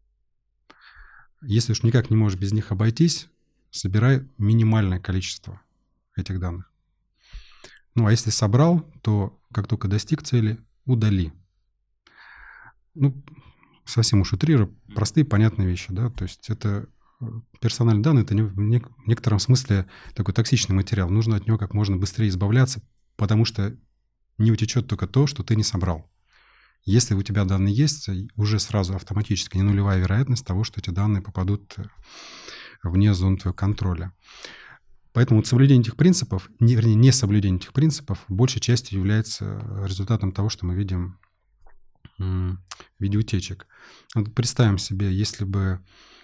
Если уж никак не можешь без них обойтись, собирай минимальное количество этих данных. Ну, а если собрал, то как только достиг цели, удали. Ну, совсем уж утрирую, простые, понятные вещи, да, то есть это персональные данные, это в некотором смысле такой токсичный материал, нужно от него как можно быстрее избавляться, потому что не утечет только то, что ты не собрал. Если у тебя данные есть, уже сразу автоматически не нулевая вероятность того, что эти данные попадут вне зоны твоего контроля. Поэтому соблюдение этих принципов, вернее, несоблюдение этих принципов большей частью является результатом того, что мы видим в виде утечек. Вот представим себе, если бы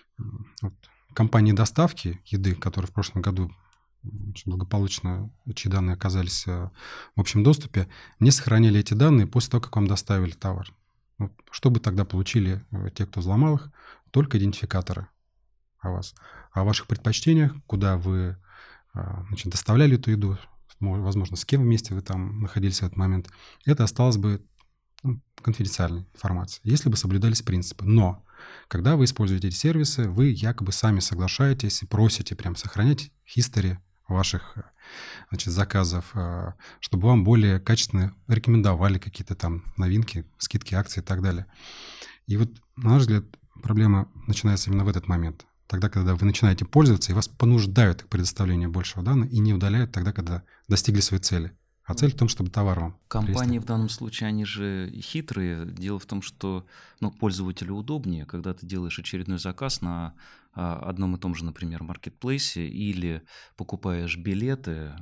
компании доставки еды, которые в прошлом году очень благополучно, чьи данные оказались в общем доступе, не сохраняли эти данные после того, как вам доставили товар. Вот, что бы тогда получили те, кто взломал их? Только идентификаторы о вас. О ваших предпочтениях, куда вы доставляли эту еду, возможно, с кем вместе вы там находились в этот момент, это осталось бы конфиденциальной информацией, если бы соблюдались принципы. Но когда вы используете эти сервисы, вы якобы сами соглашаетесь и просите прям сохранять history ваших заказов, чтобы вам более качественно рекомендовали какие-то там новинки, скидки, акции и так далее. И вот, на наш взгляд, проблема начинается именно в этот момент. Тогда, когда вы начинаете пользоваться, и вас понуждают к предоставлению большего данных и не удаляют тогда, когда достигли своей цели. А цель в том, чтобы товар вам Компании в данном случае, они же хитрые. Дело в том, что пользователю удобнее, когда ты делаешь очередной заказ на одном и том же, например, маркетплейсе, или покупаешь билеты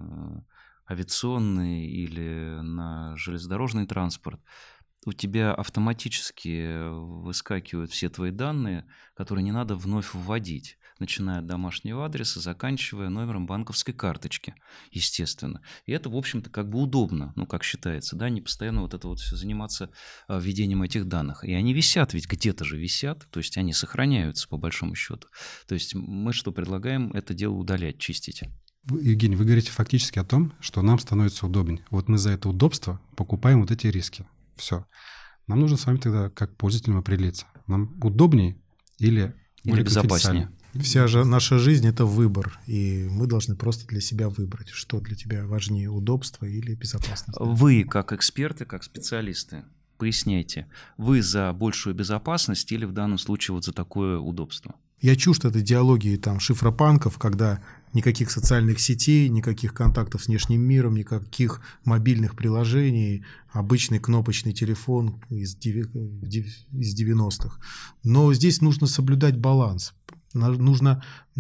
авиационные или на железнодорожный транспорт, у тебя автоматически выскакивают все твои данные, которые не надо вновь вводить, начиная от домашнего адреса, заканчивая номером банковской карточки, естественно. И это, в общем-то, как бы удобно, как считается, да, не постоянно вот это вот все заниматься введением этих данных. И они висят, ведь где-то же висят, то есть они сохраняются по большому счету. То есть мы что предлагаем? Это дело удалять, чистить. Евгений, вы говорите фактически о том, что нам становится удобнее. Вот мы за это удобство покупаем вот эти риски. Все. Нам нужно с вами тогда как пользователям определиться. Нам удобнее или безопаснее? Вся же наша жизнь – это выбор, и мы должны просто для себя выбрать, что для тебя важнее – удобство или безопасность. Вы, как эксперты, как специалисты, поясняйте, вы за большую безопасность или в данном случае вот за такое удобство? Я чужд от идеологии шифропанков, когда никаких социальных сетей, никаких контактов с внешним миром, никаких мобильных приложений, обычный кнопочный телефон из 90-х. Но здесь нужно соблюдать баланс. Нужно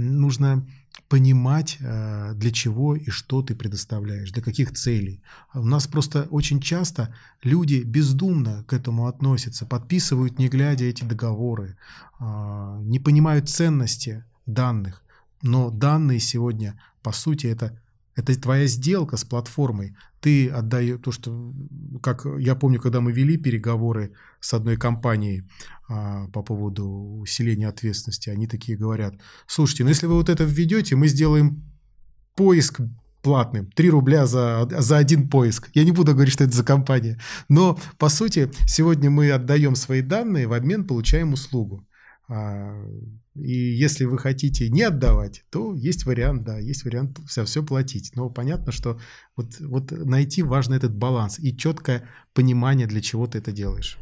понимать, для чего и что ты предоставляешь, для каких целей. У нас просто очень часто люди бездумно к этому относятся, подписывают, не глядя, эти договоры, не понимают ценности данных. Но данные сегодня, по сути, это твоя сделка с платформой. Ты отдаешь то, что, как я помню, когда мы вели переговоры с одной компанией по поводу усиления ответственности, они такие говорят: слушайте, если вы вот это введете, мы сделаем поиск платным, 3 рубля за один поиск. Я не буду говорить, что это за компания. Но, по сути, сегодня мы отдаем свои данные, в обмен получаем услугу. И если вы хотите не отдавать, то есть вариант все платить. Но понятно, что вот найти важно этот баланс и четкое понимание, для чего ты это делаешь.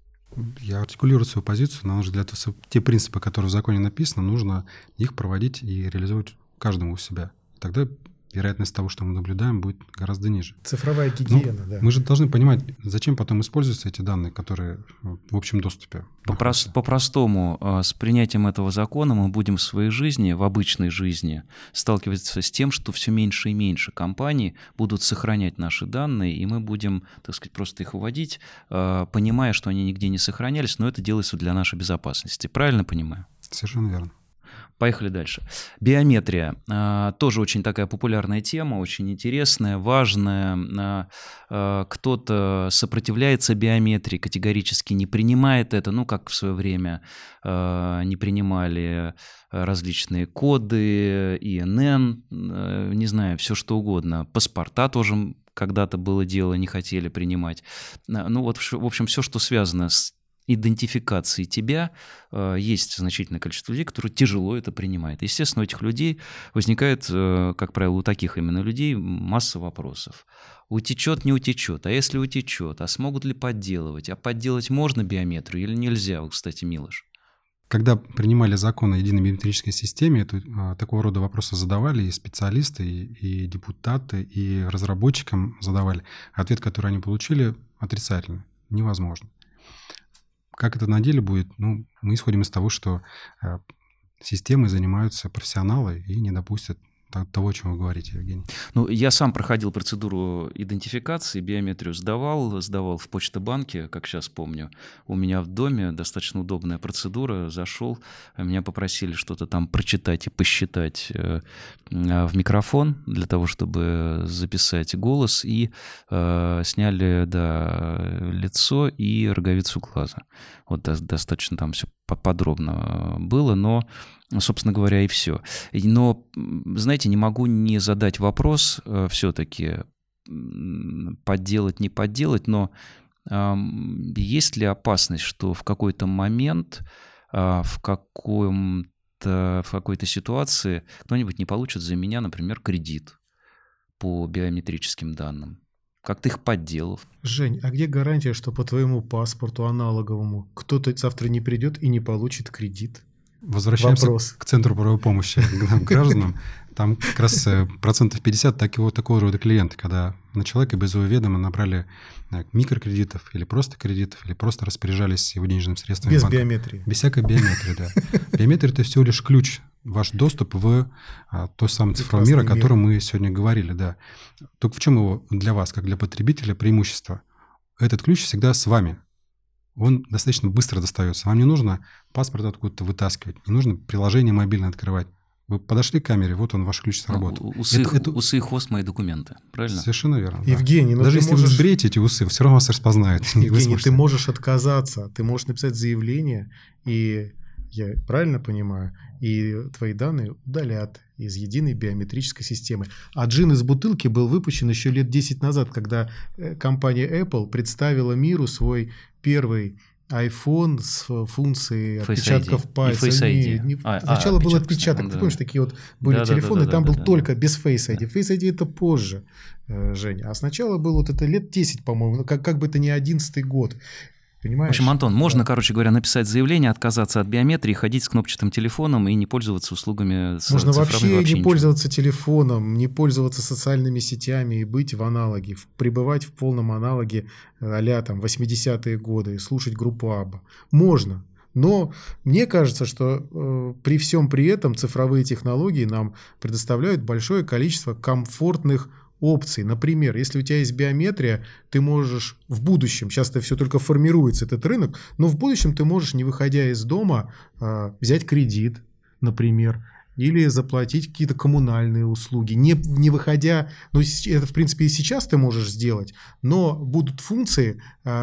Я артикулирую свою позицию, нам нужно для этого те принципы, которые в законе написаны, нужно их проводить и реализовать каждому у себя. Тогда вероятность того, что мы наблюдаем, будет гораздо ниже. Цифровая гигиена, да. Мы же должны понимать, зачем потом используются эти данные, которые в общем доступе. По-простому, с принятием этого закона мы будем в своей жизни, в обычной жизни, сталкиваться с тем, что все меньше и меньше компаний будут сохранять наши данные, и мы будем, так сказать, просто их выводить, понимая, что они нигде не сохранялись, но это делается для нашей безопасности. Правильно понимаю? Совершенно верно. Поехали дальше. Биометрия. Тоже очень такая популярная тема, очень интересная, важная. Кто-то сопротивляется биометрии, категорически не принимает это, как в свое время не принимали различные коды, ИНН, не знаю, все что угодно. Паспорта тоже когда-то было дело, не хотели принимать. В общем, все, что связано с идентификации тебя, есть значительное количество людей, которые тяжело это принимают. Естественно, у этих людей возникает, как правило, у таких именно людей масса вопросов. Утечет, не утечет, а если утечет, а смогут ли подделывать, а подделать можно биометрию или нельзя, кстати, Милош? Когда принимали закон о единой биометрической системе, такого рода вопросы задавали и специалисты, и депутаты, и разработчикам задавали. Ответ, который они получили, отрицательный, невозможно. Как это на деле будет? Мы исходим из того, что системой занимаются профессионалы и не допустят того, о чем вы говорите, Евгений. Я сам проходил процедуру идентификации, биометрию сдавал в Почта-банке, как сейчас помню. У меня в доме достаточно удобная процедура. Зашел, меня попросили что-то там прочитать и посчитать в микрофон для того, чтобы записать голос, и сняли, лицо и роговицу глаза. Достаточно там все подробно было, но, собственно говоря, и все. Но, знаете, не могу не задать вопрос все-таки, подделать, не подделать, но есть ли опасность, что в какой-то момент, в какой-то ситуации кто-нибудь не получит за меня, например, кредит по биометрическим данным? Как-то их подделав. Жень, а где гарантия, что по твоему паспорту аналоговому кто-то завтра не придет и не получит кредит? Возвращаемся вопрос. к Центру правовой помощи к гражданам. Там как раз 50% такого рода клиенты, когда на человека без его ведома набрали микрокредитов или просто кредитов, или просто распоряжались его денежными средствами. Без банка. биометрии. Без всякой биометрии, да. Биометрия – это всего лишь ключ, ваш доступ в тот самый цифровой мир, о котором мы сегодня говорили, да. Только в чем его для вас, как для потребителя, преимущество? Этот ключ всегда с вами. Он достаточно быстро достается. Вам не нужно паспорт откуда-то вытаскивать, не нужно приложение мобильное открывать. Вы подошли к камере, вот он, ваш ключ сработал. Усы и хвост – мои документы, правильно? Совершенно верно. Евгений, да. Даже если вы сбреете эти усы, все равно вас распознают. Евгений, ты можешь отказаться, ты можешь написать заявление, и я правильно понимаю, и твои данные удалят из единой биометрической системы. А джин из бутылки был выпущен еще лет 10 назад, когда компания Apple представила миру свой первый iPhone с функцией отпечатков пальцев. Сначала был отпечаток. Ты помнишь, такие вот были телефоны, там был только без Face ID. Face ID это позже, Женя. А сначала было вот это лет 10, по-моему, как бы это не 11-й год. Понимаешь? В общем, Антон, можно, короче говоря, написать заявление, отказаться от биометрии, ходить с кнопчатым телефоном и не пользоваться услугами можно вообще не ничего. пользоваться телефоном, не пользоваться социальными сетями и быть в аналоге, пребывать в полном аналоге а-ля там 80-е годы и слушать группу Абба. Можно. Но мне кажется, что при всем при этом цифровые технологии нам предоставляют большое количество комфортных опций. Например, если у тебя есть биометрия, ты можешь в будущем, сейчас это все только формируется, этот рынок, но в будущем ты можешь, не выходя из дома, взять кредит, например, или заплатить какие-то коммунальные услуги, не выходя, ну, это, в принципе, и сейчас ты можешь сделать, но будут функции,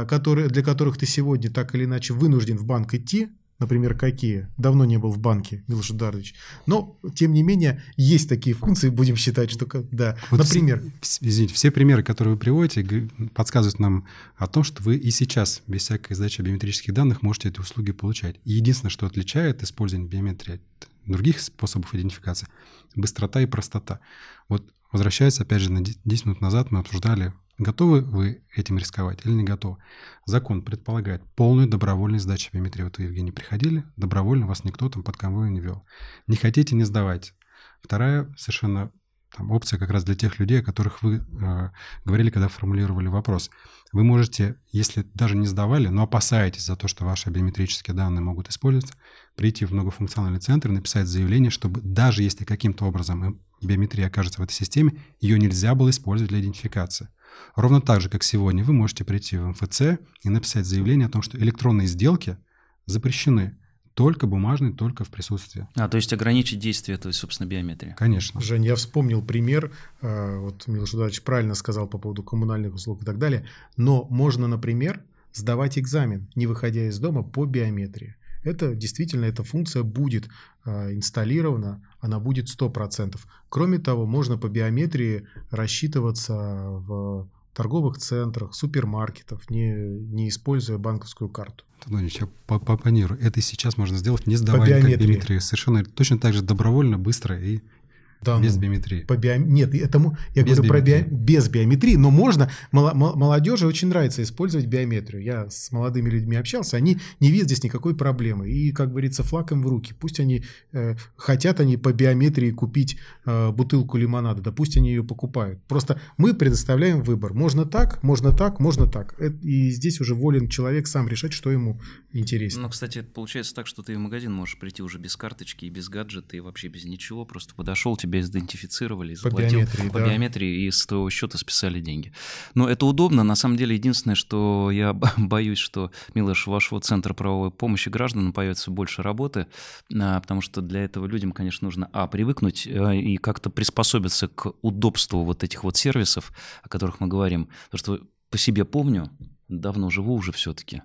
для которых ты сегодня так или иначе вынужден в банк идти. Например, какие? Давно не был в банке, Милош Эдуардович. Но, тем не менее, есть такие функции, будем считать, что... Да. Вот например... Извините, все примеры, которые вы приводите, подсказывают нам о том, что вы и сейчас, без всякой сдачи биометрических данных, можете эти услуги получать. И единственное, что отличает использование биометрии от других способов идентификации – быстрота и простота. Вот возвращаясь, опять же, на 10 минут назад мы обсуждали, готовы вы этим рисковать или не готовы. Закон предполагает полную добровольную сдачу биометрии. Вот вы, Евгений, приходили, добровольно вас никто там под конвоем не вел. Не хотите – не сдавайте. Вторая совершенно опция как раз для тех людей, о которых вы говорили, когда формулировали вопрос. Вы можете, если даже не сдавали, но опасаетесь за то, что ваши биометрические данные могут использоваться, прийти в многофункциональный центр и написать заявление, чтобы даже если каким-то образом биометрия окажется в этой системе, ее нельзя было использовать для идентификации. Ровно так же, как сегодня, вы можете прийти в МФЦ и написать заявление о том, что электронные сделки запрещены. Только бумажный, только в присутствии. То есть ограничить действие, то есть, собственно, биометрии. Конечно. Жень, я вспомнил пример, вот Милош Эдуардович правильно сказал по поводу коммунальных услуг и так далее, но можно, например, сдавать экзамен, не выходя из дома, по биометрии. Это действительно, эта функция будет инсталлирована, она будет 100%. Кроме того, можно по биометрии рассчитываться в торговых центрах, супермаркетах, не используя банковскую карту. Антонович, я попонирую. Это и сейчас можно сделать, не сдавая биометрию. Совершенно точно так же добровольно, быстро и без биометрии. Нет, я говорю про без биометрии, но можно. Молодежи очень нравится использовать биометрию. Я с молодыми людьми общался, они не видят здесь никакой проблемы. И, как говорится, флаг им в руки. Пусть они хотят они по биометрии купить бутылку лимонада, да пусть они ее покупают. Просто мы предоставляем выбор. Можно так, можно так, можно так. И здесь уже волен человек сам решать, что ему интереснее. Ну, кстати, получается так, что ты в магазин можешь прийти уже без карточки и без гаджета, и вообще без ничего. Просто подошел, тебя идентифицировали, заплатил по биометрии, и с твоего счета списали деньги. Но это удобно. На самом деле, единственное, что я боюсь, что, Милош, у вашего Центра правовой помощи гражданам появится больше работы, потому что для этого людям, конечно, нужно привыкнуть и как-то приспособиться к удобству вот этих вот сервисов, о которых мы говорим. Потому что по себе помню, давно живу уже все-таки,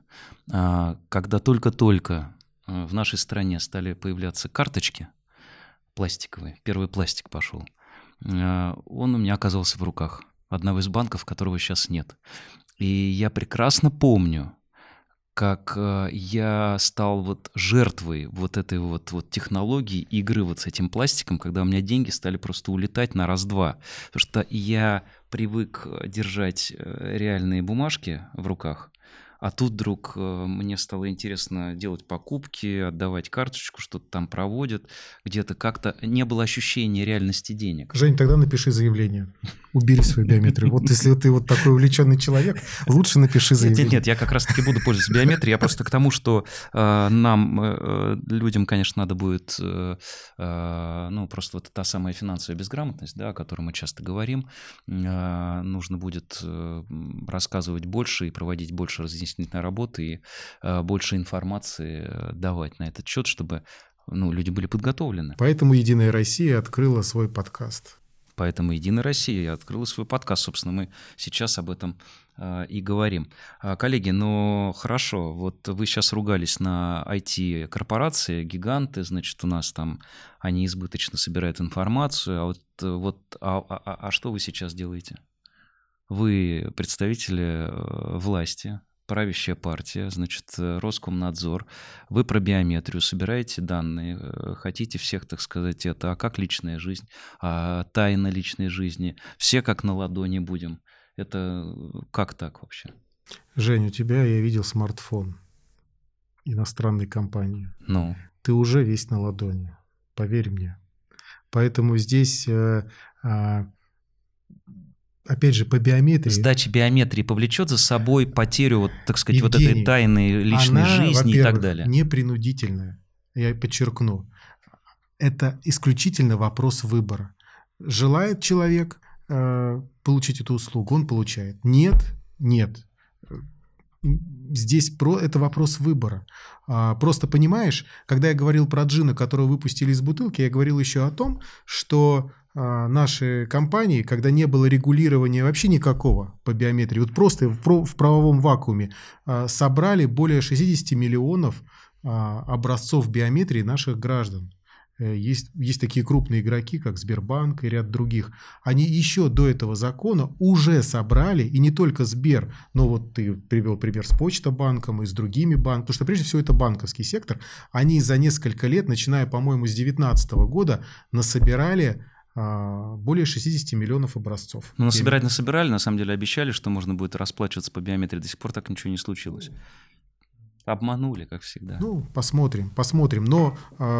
когда только-только в нашей стране стали появляться карточки, пластиковый, первый пластик пошел. Он у меня оказался в руках одного из банков, которого сейчас нет. И я прекрасно помню, как я стал вот жертвой вот этой вот технологии игры вот с этим пластиком, когда у меня деньги стали просто улетать на раз-два. Потому что я привык держать реальные бумажки в руках, А тут вдруг мне стало интересно делать покупки, отдавать карточку, что-то там проводят. Где-то как-то не было ощущения реальности денег. Жень, тогда напиши заявление. Убери свою биометрию. Вот если ты вот такой увлеченный человек, лучше напиши заявление. Нет, я как раз-таки буду пользоваться биометрией. Я просто к тому, что нам, людям, конечно, надо будет, просто вот та самая финансовая безграмотность, да, о которой мы часто говорим, нужно будет рассказывать больше и проводить больше разъяснительной работы и больше информации давать на этот счет, чтобы люди были подготовлены. Поэтому «Единая Россия» открыла свой подкаст. Поэтому «Единая Россия» открыла свой подкаст. Собственно, мы сейчас об этом и говорим. Коллеги, хорошо, вот вы сейчас ругались на IT-корпорации, гиганты, значит, у нас там они избыточно собирают информацию, а что вы сейчас делаете? Вы представители власти, правящая партия, значит, Роскомнадзор, вы про биометрию собираете данные, хотите всех, так сказать, а как личная жизнь, тайна личной жизни, все как на ладони будем. Это как так вообще? Жень, у тебя, я видел, смартфон иностранной компании. Ты уже весь на ладони, поверь мне. Поэтому здесь... Опять же, по биометрии... Сдача биометрии повлечет за собой потерю, так сказать, Евгений, этой тайной личной жизни и так далее? Не принудительная, я подчеркну. Это исключительно вопрос выбора. Желает человек получить эту услугу, он получает. Нет. Здесь это вопрос выбора. Просто понимаешь, когда я говорил про джина, которого выпустили из бутылки, я говорил еще о том, что наши компании, когда не было регулирования вообще никакого по биометрии, вот просто в правовом вакууме собрали более 60 миллионов образцов биометрии наших граждан. Есть такие крупные игроки, как Сбербанк и ряд других. Они еще до этого закона уже собрали, и не только Сбер, но вот ты привел пример с Почта-банком и с другими банками, потому что прежде всего это банковский сектор. Они за несколько лет, начиная, по-моему, с 2019 года, насобирали более 60 миллионов образцов. Насобирали, на самом деле обещали, что можно будет расплачиваться по биометрии. До сих пор так ничего не случилось. Обманули, как всегда. Посмотрим. Но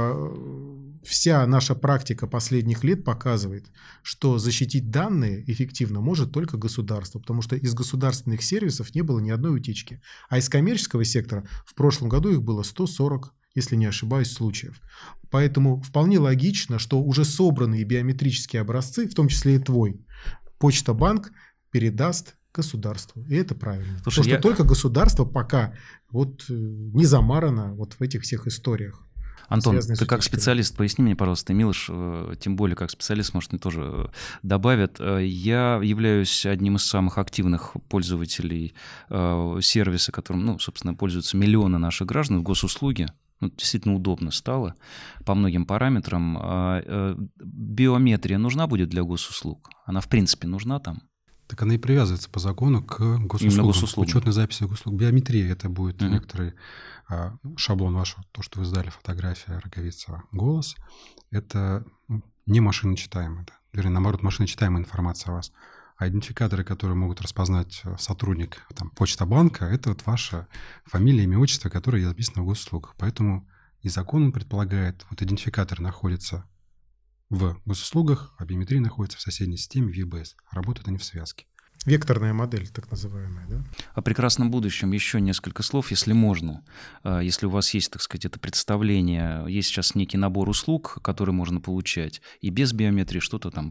вся наша практика последних лет показывает, что защитить данные эффективно может только государство, потому что из государственных сервисов не было ни одной утечки. А из коммерческого сектора в прошлом году их было 140, если не ошибаюсь, случаев. Поэтому вполне логично, что уже собранные биометрические образцы, в том числе и твой, Почта-банк передаст государству. И это правильно. Потому что только государство пока не замарано в этих всех историях. Антон, ты как специалист, поясни мне, пожалуйста, Милош, тем более как специалист, может, мне тоже добавят. Я являюсь одним из самых активных пользователей сервиса, которым, собственно, пользуются миллионы наших граждан, госуслуги. Действительно удобно стало по многим параметрам. Биометрия нужна будет для госуслуг? Она, в принципе, нужна там? Так она и привязывается по закону к госуслугам. Учетной записи госуслуг. Биометрия — это будет некоторый шаблон вашего, то, что вы сдали, фотография, роговица, голос. Это не машиночитаемая, вернее, наоборот, машиночитаемая информация о вас. А идентификаторы, которые могут распознать сотрудник Почта-банка, это ваша фамилия, имя, отчество, которое записано в госуслугах. Поэтому и закон предполагает, идентификатор находится в госуслугах, а биометрия находится в соседней системе в ЕБС. Работают они в связке. Векторная модель, так называемая, да? О прекрасном будущем еще несколько слов, если можно. Если у вас есть, так сказать, это представление, есть сейчас некий набор услуг, которые можно получать, и без биометрии что-то там,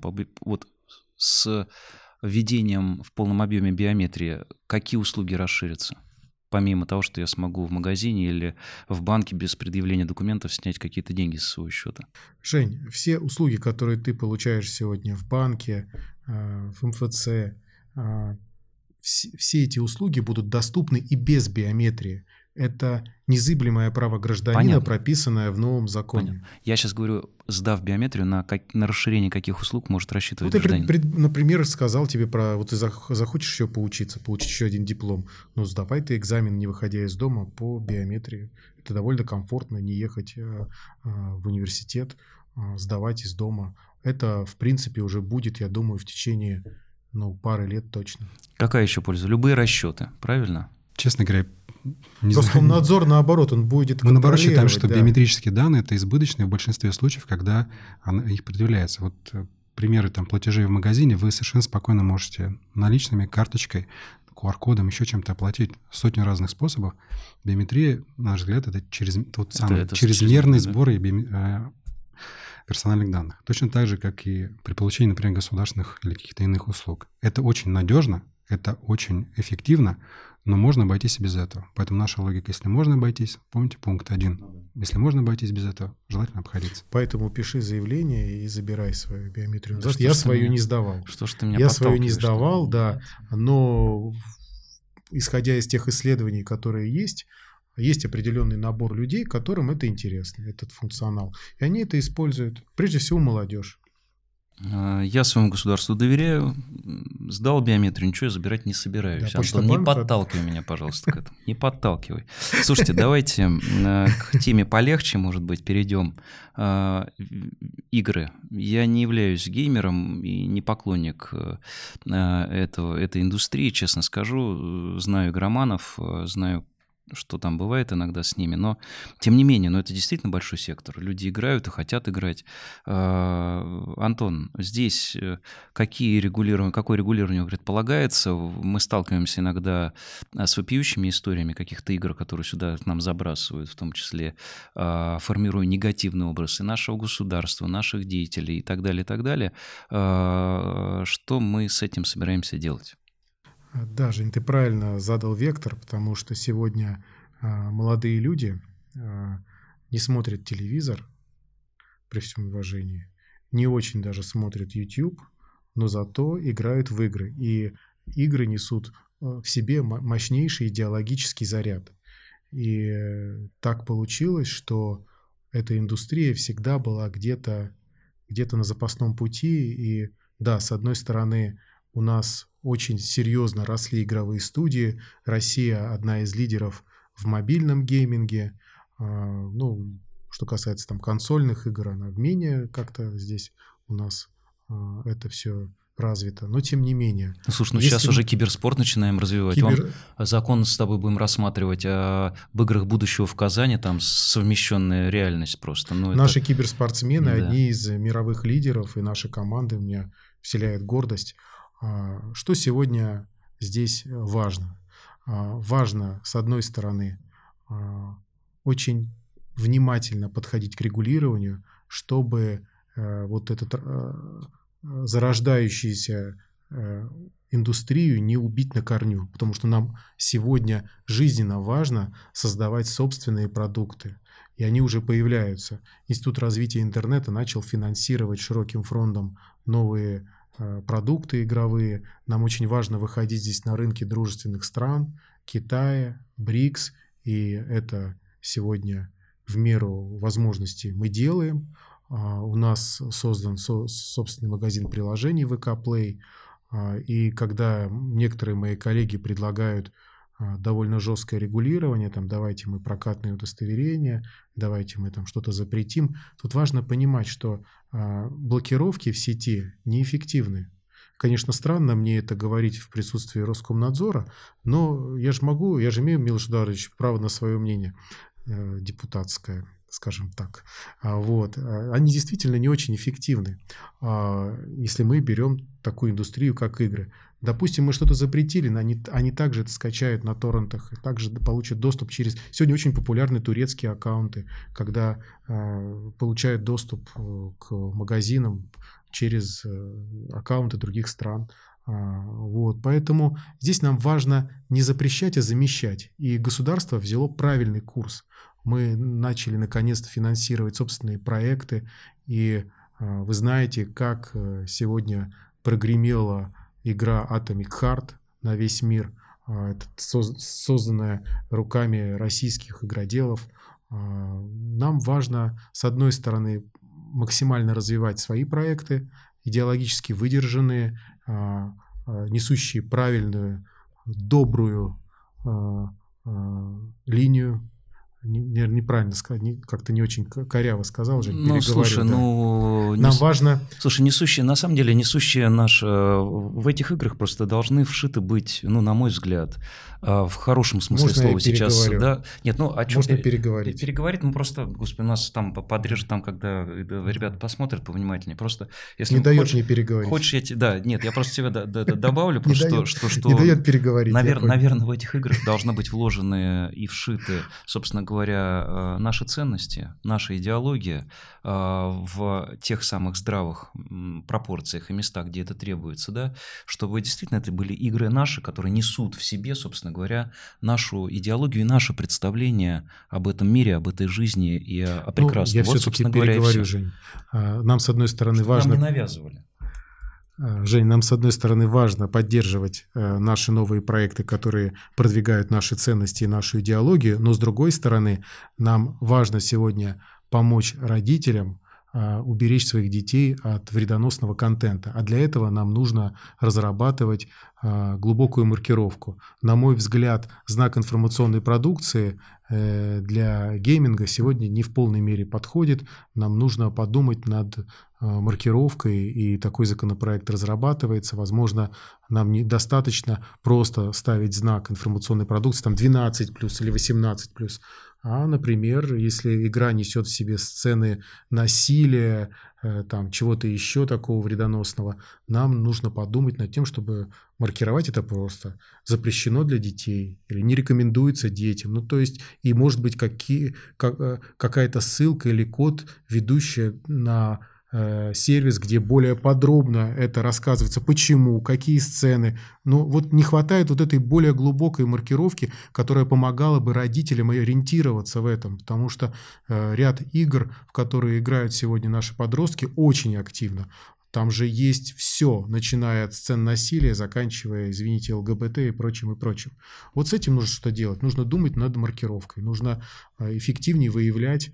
с введением в полном объеме биометрии, какие услуги расширятся? Помимо того, что я смогу в магазине или в банке без предъявления документов снять какие-то деньги со своего счета. Жень, все услуги, которые ты получаешь сегодня в банке, в МФЦ, все эти услуги будут доступны и без биометрии. Это незыблемое право гражданина, прописанное в новом законе. Понятно. Я сейчас говорю, сдав биометрию, на расширение каких услуг может рассчитывать гражданин? Например, сказал тебе ты захочешь еще поучиться, получить еще один диплом. Сдавай ты экзамен, не выходя из дома, по биометрии. Это довольно комфортно, не ехать в университет, сдавать из дома. Это, в принципе, уже будет, я думаю, в течение пары лет точно. Какая еще польза? Любые расчеты, правильно? честно говоря, не Роскомнадзор, наоборот, он будет Мы, наоборот, считаем, что да. биометрические данные – это избыточные в большинстве случаев, когда их предъявляется. Вот примеры там, платежей в магазине вы совершенно спокойно можете наличными, карточкой, QR-кодом, еще чем-то оплатить сотню разных способов. Биометрия, на наш взгляд, это чрезмерный сбор персональных данных. Точно так же, как и при получении, например, государственных или каких-то иных услуг. Это очень надежно, это очень эффективно, но можно обойтись и без этого. Поэтому наша логика, если можно обойтись, помните пункт 1. Если можно обойтись без этого, желательно обходиться. Поэтому пиши заявление и забирай свою биометрию. Да я свою не сдавал. Что ж ты меня Я свою не сдавал, да. Но исходя из тех исследований, которые есть определенный набор людей, которым это интересно, этот функционал. И они это используют. Прежде всего, молодежь. Я своему государству доверяю, сдал биометрию, ничего я забирать не собираюсь. Да, Антон, не подталкивай меня, пожалуйста, к этому. Не подталкивай. Слушайте, давайте к теме полегче, может быть, перейдем. Игры. Я не являюсь геймером и не поклонник этой индустрии, честно скажу. Знаю игроманов, знаю, что там бывает иногда с ними, но тем не менее, это действительно большой сектор. Люди играют и хотят играть. Антон, здесь какое регулирование предполагается? Мы сталкиваемся иногда с вопиющими историями каких-то игр, которые сюда нам забрасывают, в том числе формируя негативный образ и нашего государства, наших деятелей и так далее, и так далее. Что мы с этим собираемся делать? Да, Жень, ты правильно задал вектор, потому что сегодня молодые люди не смотрят телевизор, при всем уважении, не очень даже смотрят YouTube, но зато играют в игры. И игры несут в себе мощнейший идеологический заряд. И так получилось, что эта индустрия всегда была где-то на запасном пути. И да, с одной стороны, у нас очень серьезно росли игровые студии. Россия одна из лидеров в мобильном гейминге. Что касается там консольных игр, она менее как-то здесь у нас это все развито. Но тем не менее. Слушай, сейчас уже киберспорт начинаем развивать. Закон с тобой будем рассматривать об играх будущего в Казани, там совмещенная реальность просто. Наши киберспортсмены одни из мировых лидеров, и наша команда меня вселяет гордость. Что сегодня здесь важно? Важно, с одной стороны, очень внимательно подходить к регулированию, чтобы вот эту зарождающуюся индустрию не убить на корню, потому что нам сегодня жизненно важно создавать собственные продукты, и они уже появляются. Институт развития интернета начал финансировать широким фронтом новые продукты игровые. Нам очень важно выходить здесь на рынки дружественных стран, Китая, БРИКС, и это сегодня в меру возможностей мы делаем. У нас создан собственный магазин приложений ВК Play, и когда некоторые мои коллеги предлагают довольно жесткое регулирование, там, давайте мы прокатные удостоверения, давайте мы там что-то запретим. Тут важно понимать, что блокировки в сети неэффективны. Конечно, странно мне это говорить в присутствии Роскомнадзора, но я же имею, Милош Эдуардович, право на свое мнение депутатское, скажем так. Они действительно не очень эффективны, если мы берем такую индустрию, как игры. Допустим, мы что-то запретили, они также это скачают на торрентах, и также получат доступ через... Сегодня очень популярны турецкие аккаунты, когда получают доступ к магазинам через аккаунты других стран. Поэтому здесь нам важно не запрещать, а замещать. И государство взяло правильный курс. Мы начали наконец-то финансировать собственные проекты, и вы знаете, как сегодня прогремела игра Atomic Heart на весь мир, созданная руками российских игроделов. Нам важно, с одной стороны, максимально развивать свои проекты, идеологически выдержанные, несущие правильную, добрую линию, наверное, неправильно сказал, как-то не очень коряво сказал, Жень, Ну, слушай, да. Нам важно... Слушай, на самом деле, несущие в этих играх просто должны вшиты быть, на мой взгляд, в хорошем смысле Можно слова сейчас. Да? Нет, о чем можно переговорить. Переговорить, просто, господи, у нас там подрежут, когда ребята посмотрят повнимательнее. Просто, если не дает мне переговорить. Хочешь, я просто тебе добавлю, что не дает переговорить. Наверное, в этих играх должны быть вложены и вшиты, собственно говоря, наши ценности, наша идеология в тех самых здравых пропорциях и местах, где это требуется, да, чтобы действительно это были игры наши, которые несут в себе, собственно говоря, нашу идеологию и наше представление об этом мире, об этой жизни и о прекрасном. Я все-таки переговорю, Жень. Нам, с одной стороны, важно... Нам не навязывали. Жень, нам, с одной стороны, важно поддерживать наши новые проекты, которые продвигают наши ценности и нашу идеологию, но, с другой стороны, нам важно сегодня помочь родителям уберечь своих детей от вредоносного контента. А для этого нам нужно разрабатывать глубокую маркировку. На мой взгляд, знак информационной продукции для гейминга сегодня не в полной мере подходит. Нам нужно подумать над маркировкой, и такой законопроект разрабатывается. Возможно, нам недостаточно просто ставить знак информационной продукции, там 12+ или 18+. А, например, если игра несет в себе сцены насилия, там, чего-то еще такого вредоносного, нам нужно подумать над тем, чтобы маркировать это просто. Запрещено для детей или не рекомендуется детям. То есть, и может быть какая-то ссылка или код, ведущая на сервис, где более подробно это рассказывается, почему, какие сцены. Но не хватает этой более глубокой маркировки, которая помогала бы родителям ориентироваться в этом, потому что ряд игр, в которые играют сегодня наши подростки, очень активно. Там же есть все, начиная от сцен насилия, заканчивая, извините, ЛГБТ и прочим, и прочим. С этим нужно что-то делать. Нужно думать над маркировкой. Нужно эффективнее выявлять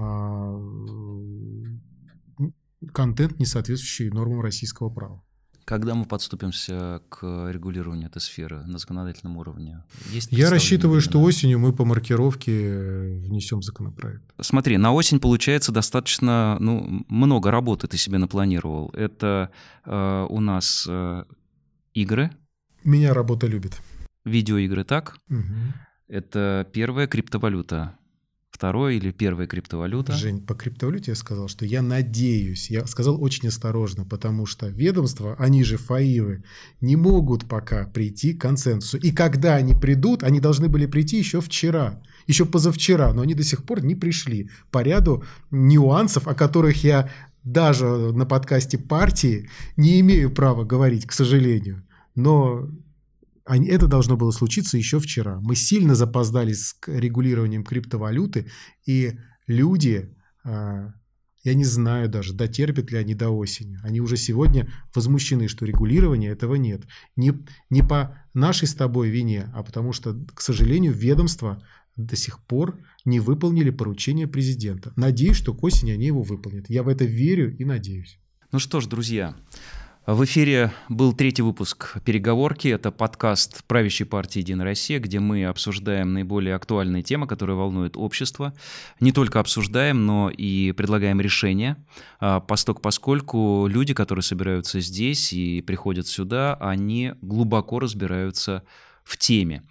контент, не соответствующий нормам российского права. Когда мы подступимся к регулированию этой сферы на законодательном уровне? Я рассчитываю, что осенью мы по маркировке внесем законопроект. Смотри, на осень, получается, достаточно много работы ты себе напланировал. Это у нас игры. Меня работа любит. Видеоигры, так? Угу. Это первая криптовалюта. Второе или первая криптовалюта? Жень, по криптовалюте я сказал, что я надеюсь. Я сказал очень осторожно, потому что ведомства, они же ФАИВы, не могут пока прийти к консенсусу. И когда они придут, они должны были прийти еще вчера, еще позавчера, но они до сих пор не пришли по ряду нюансов, о которых я даже на подкасте партии не имею права говорить, к сожалению. Но это должно было случиться еще вчера. Мы сильно запоздали с регулированием криптовалюты, и люди, я не знаю даже, дотерпят ли они до осени. Они уже сегодня возмущены, что регулирования этого нет. Не по нашей с тобой вине, а потому что, к сожалению, ведомства до сих пор не выполнили поручение президента. Надеюсь, что к осени они его выполнят. Я в это верю и надеюсь. Ну что ж, друзья, в эфире был 3-й выпуск «Переговорки». Это подкаст правящей партии «Единая Россия», где мы обсуждаем наиболее актуальные темы, которые волнуют общество. Не только обсуждаем, но и предлагаем решения, поскольку люди, которые собираются здесь и приходят сюда, они глубоко разбираются в теме.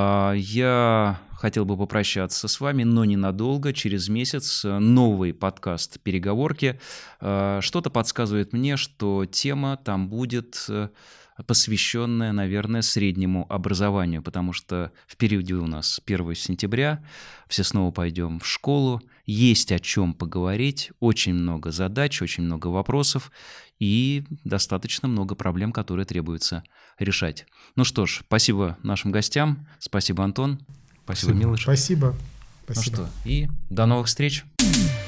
Я хотел бы попрощаться с вами, но ненадолго. Через месяц новый подкаст «Переговорки». Что-то подсказывает мне, что тема там будет посвященная, наверное, среднему образованию, потому что впереди у нас 1 сентября, все снова пойдем в школу, есть о чем поговорить, очень много задач, очень много вопросов и достаточно много проблем, которые требуется решать. Ну что ж, спасибо нашим гостям, спасибо, Антон, спасибо, Милош. Спасибо. Ну что, и до новых встреч.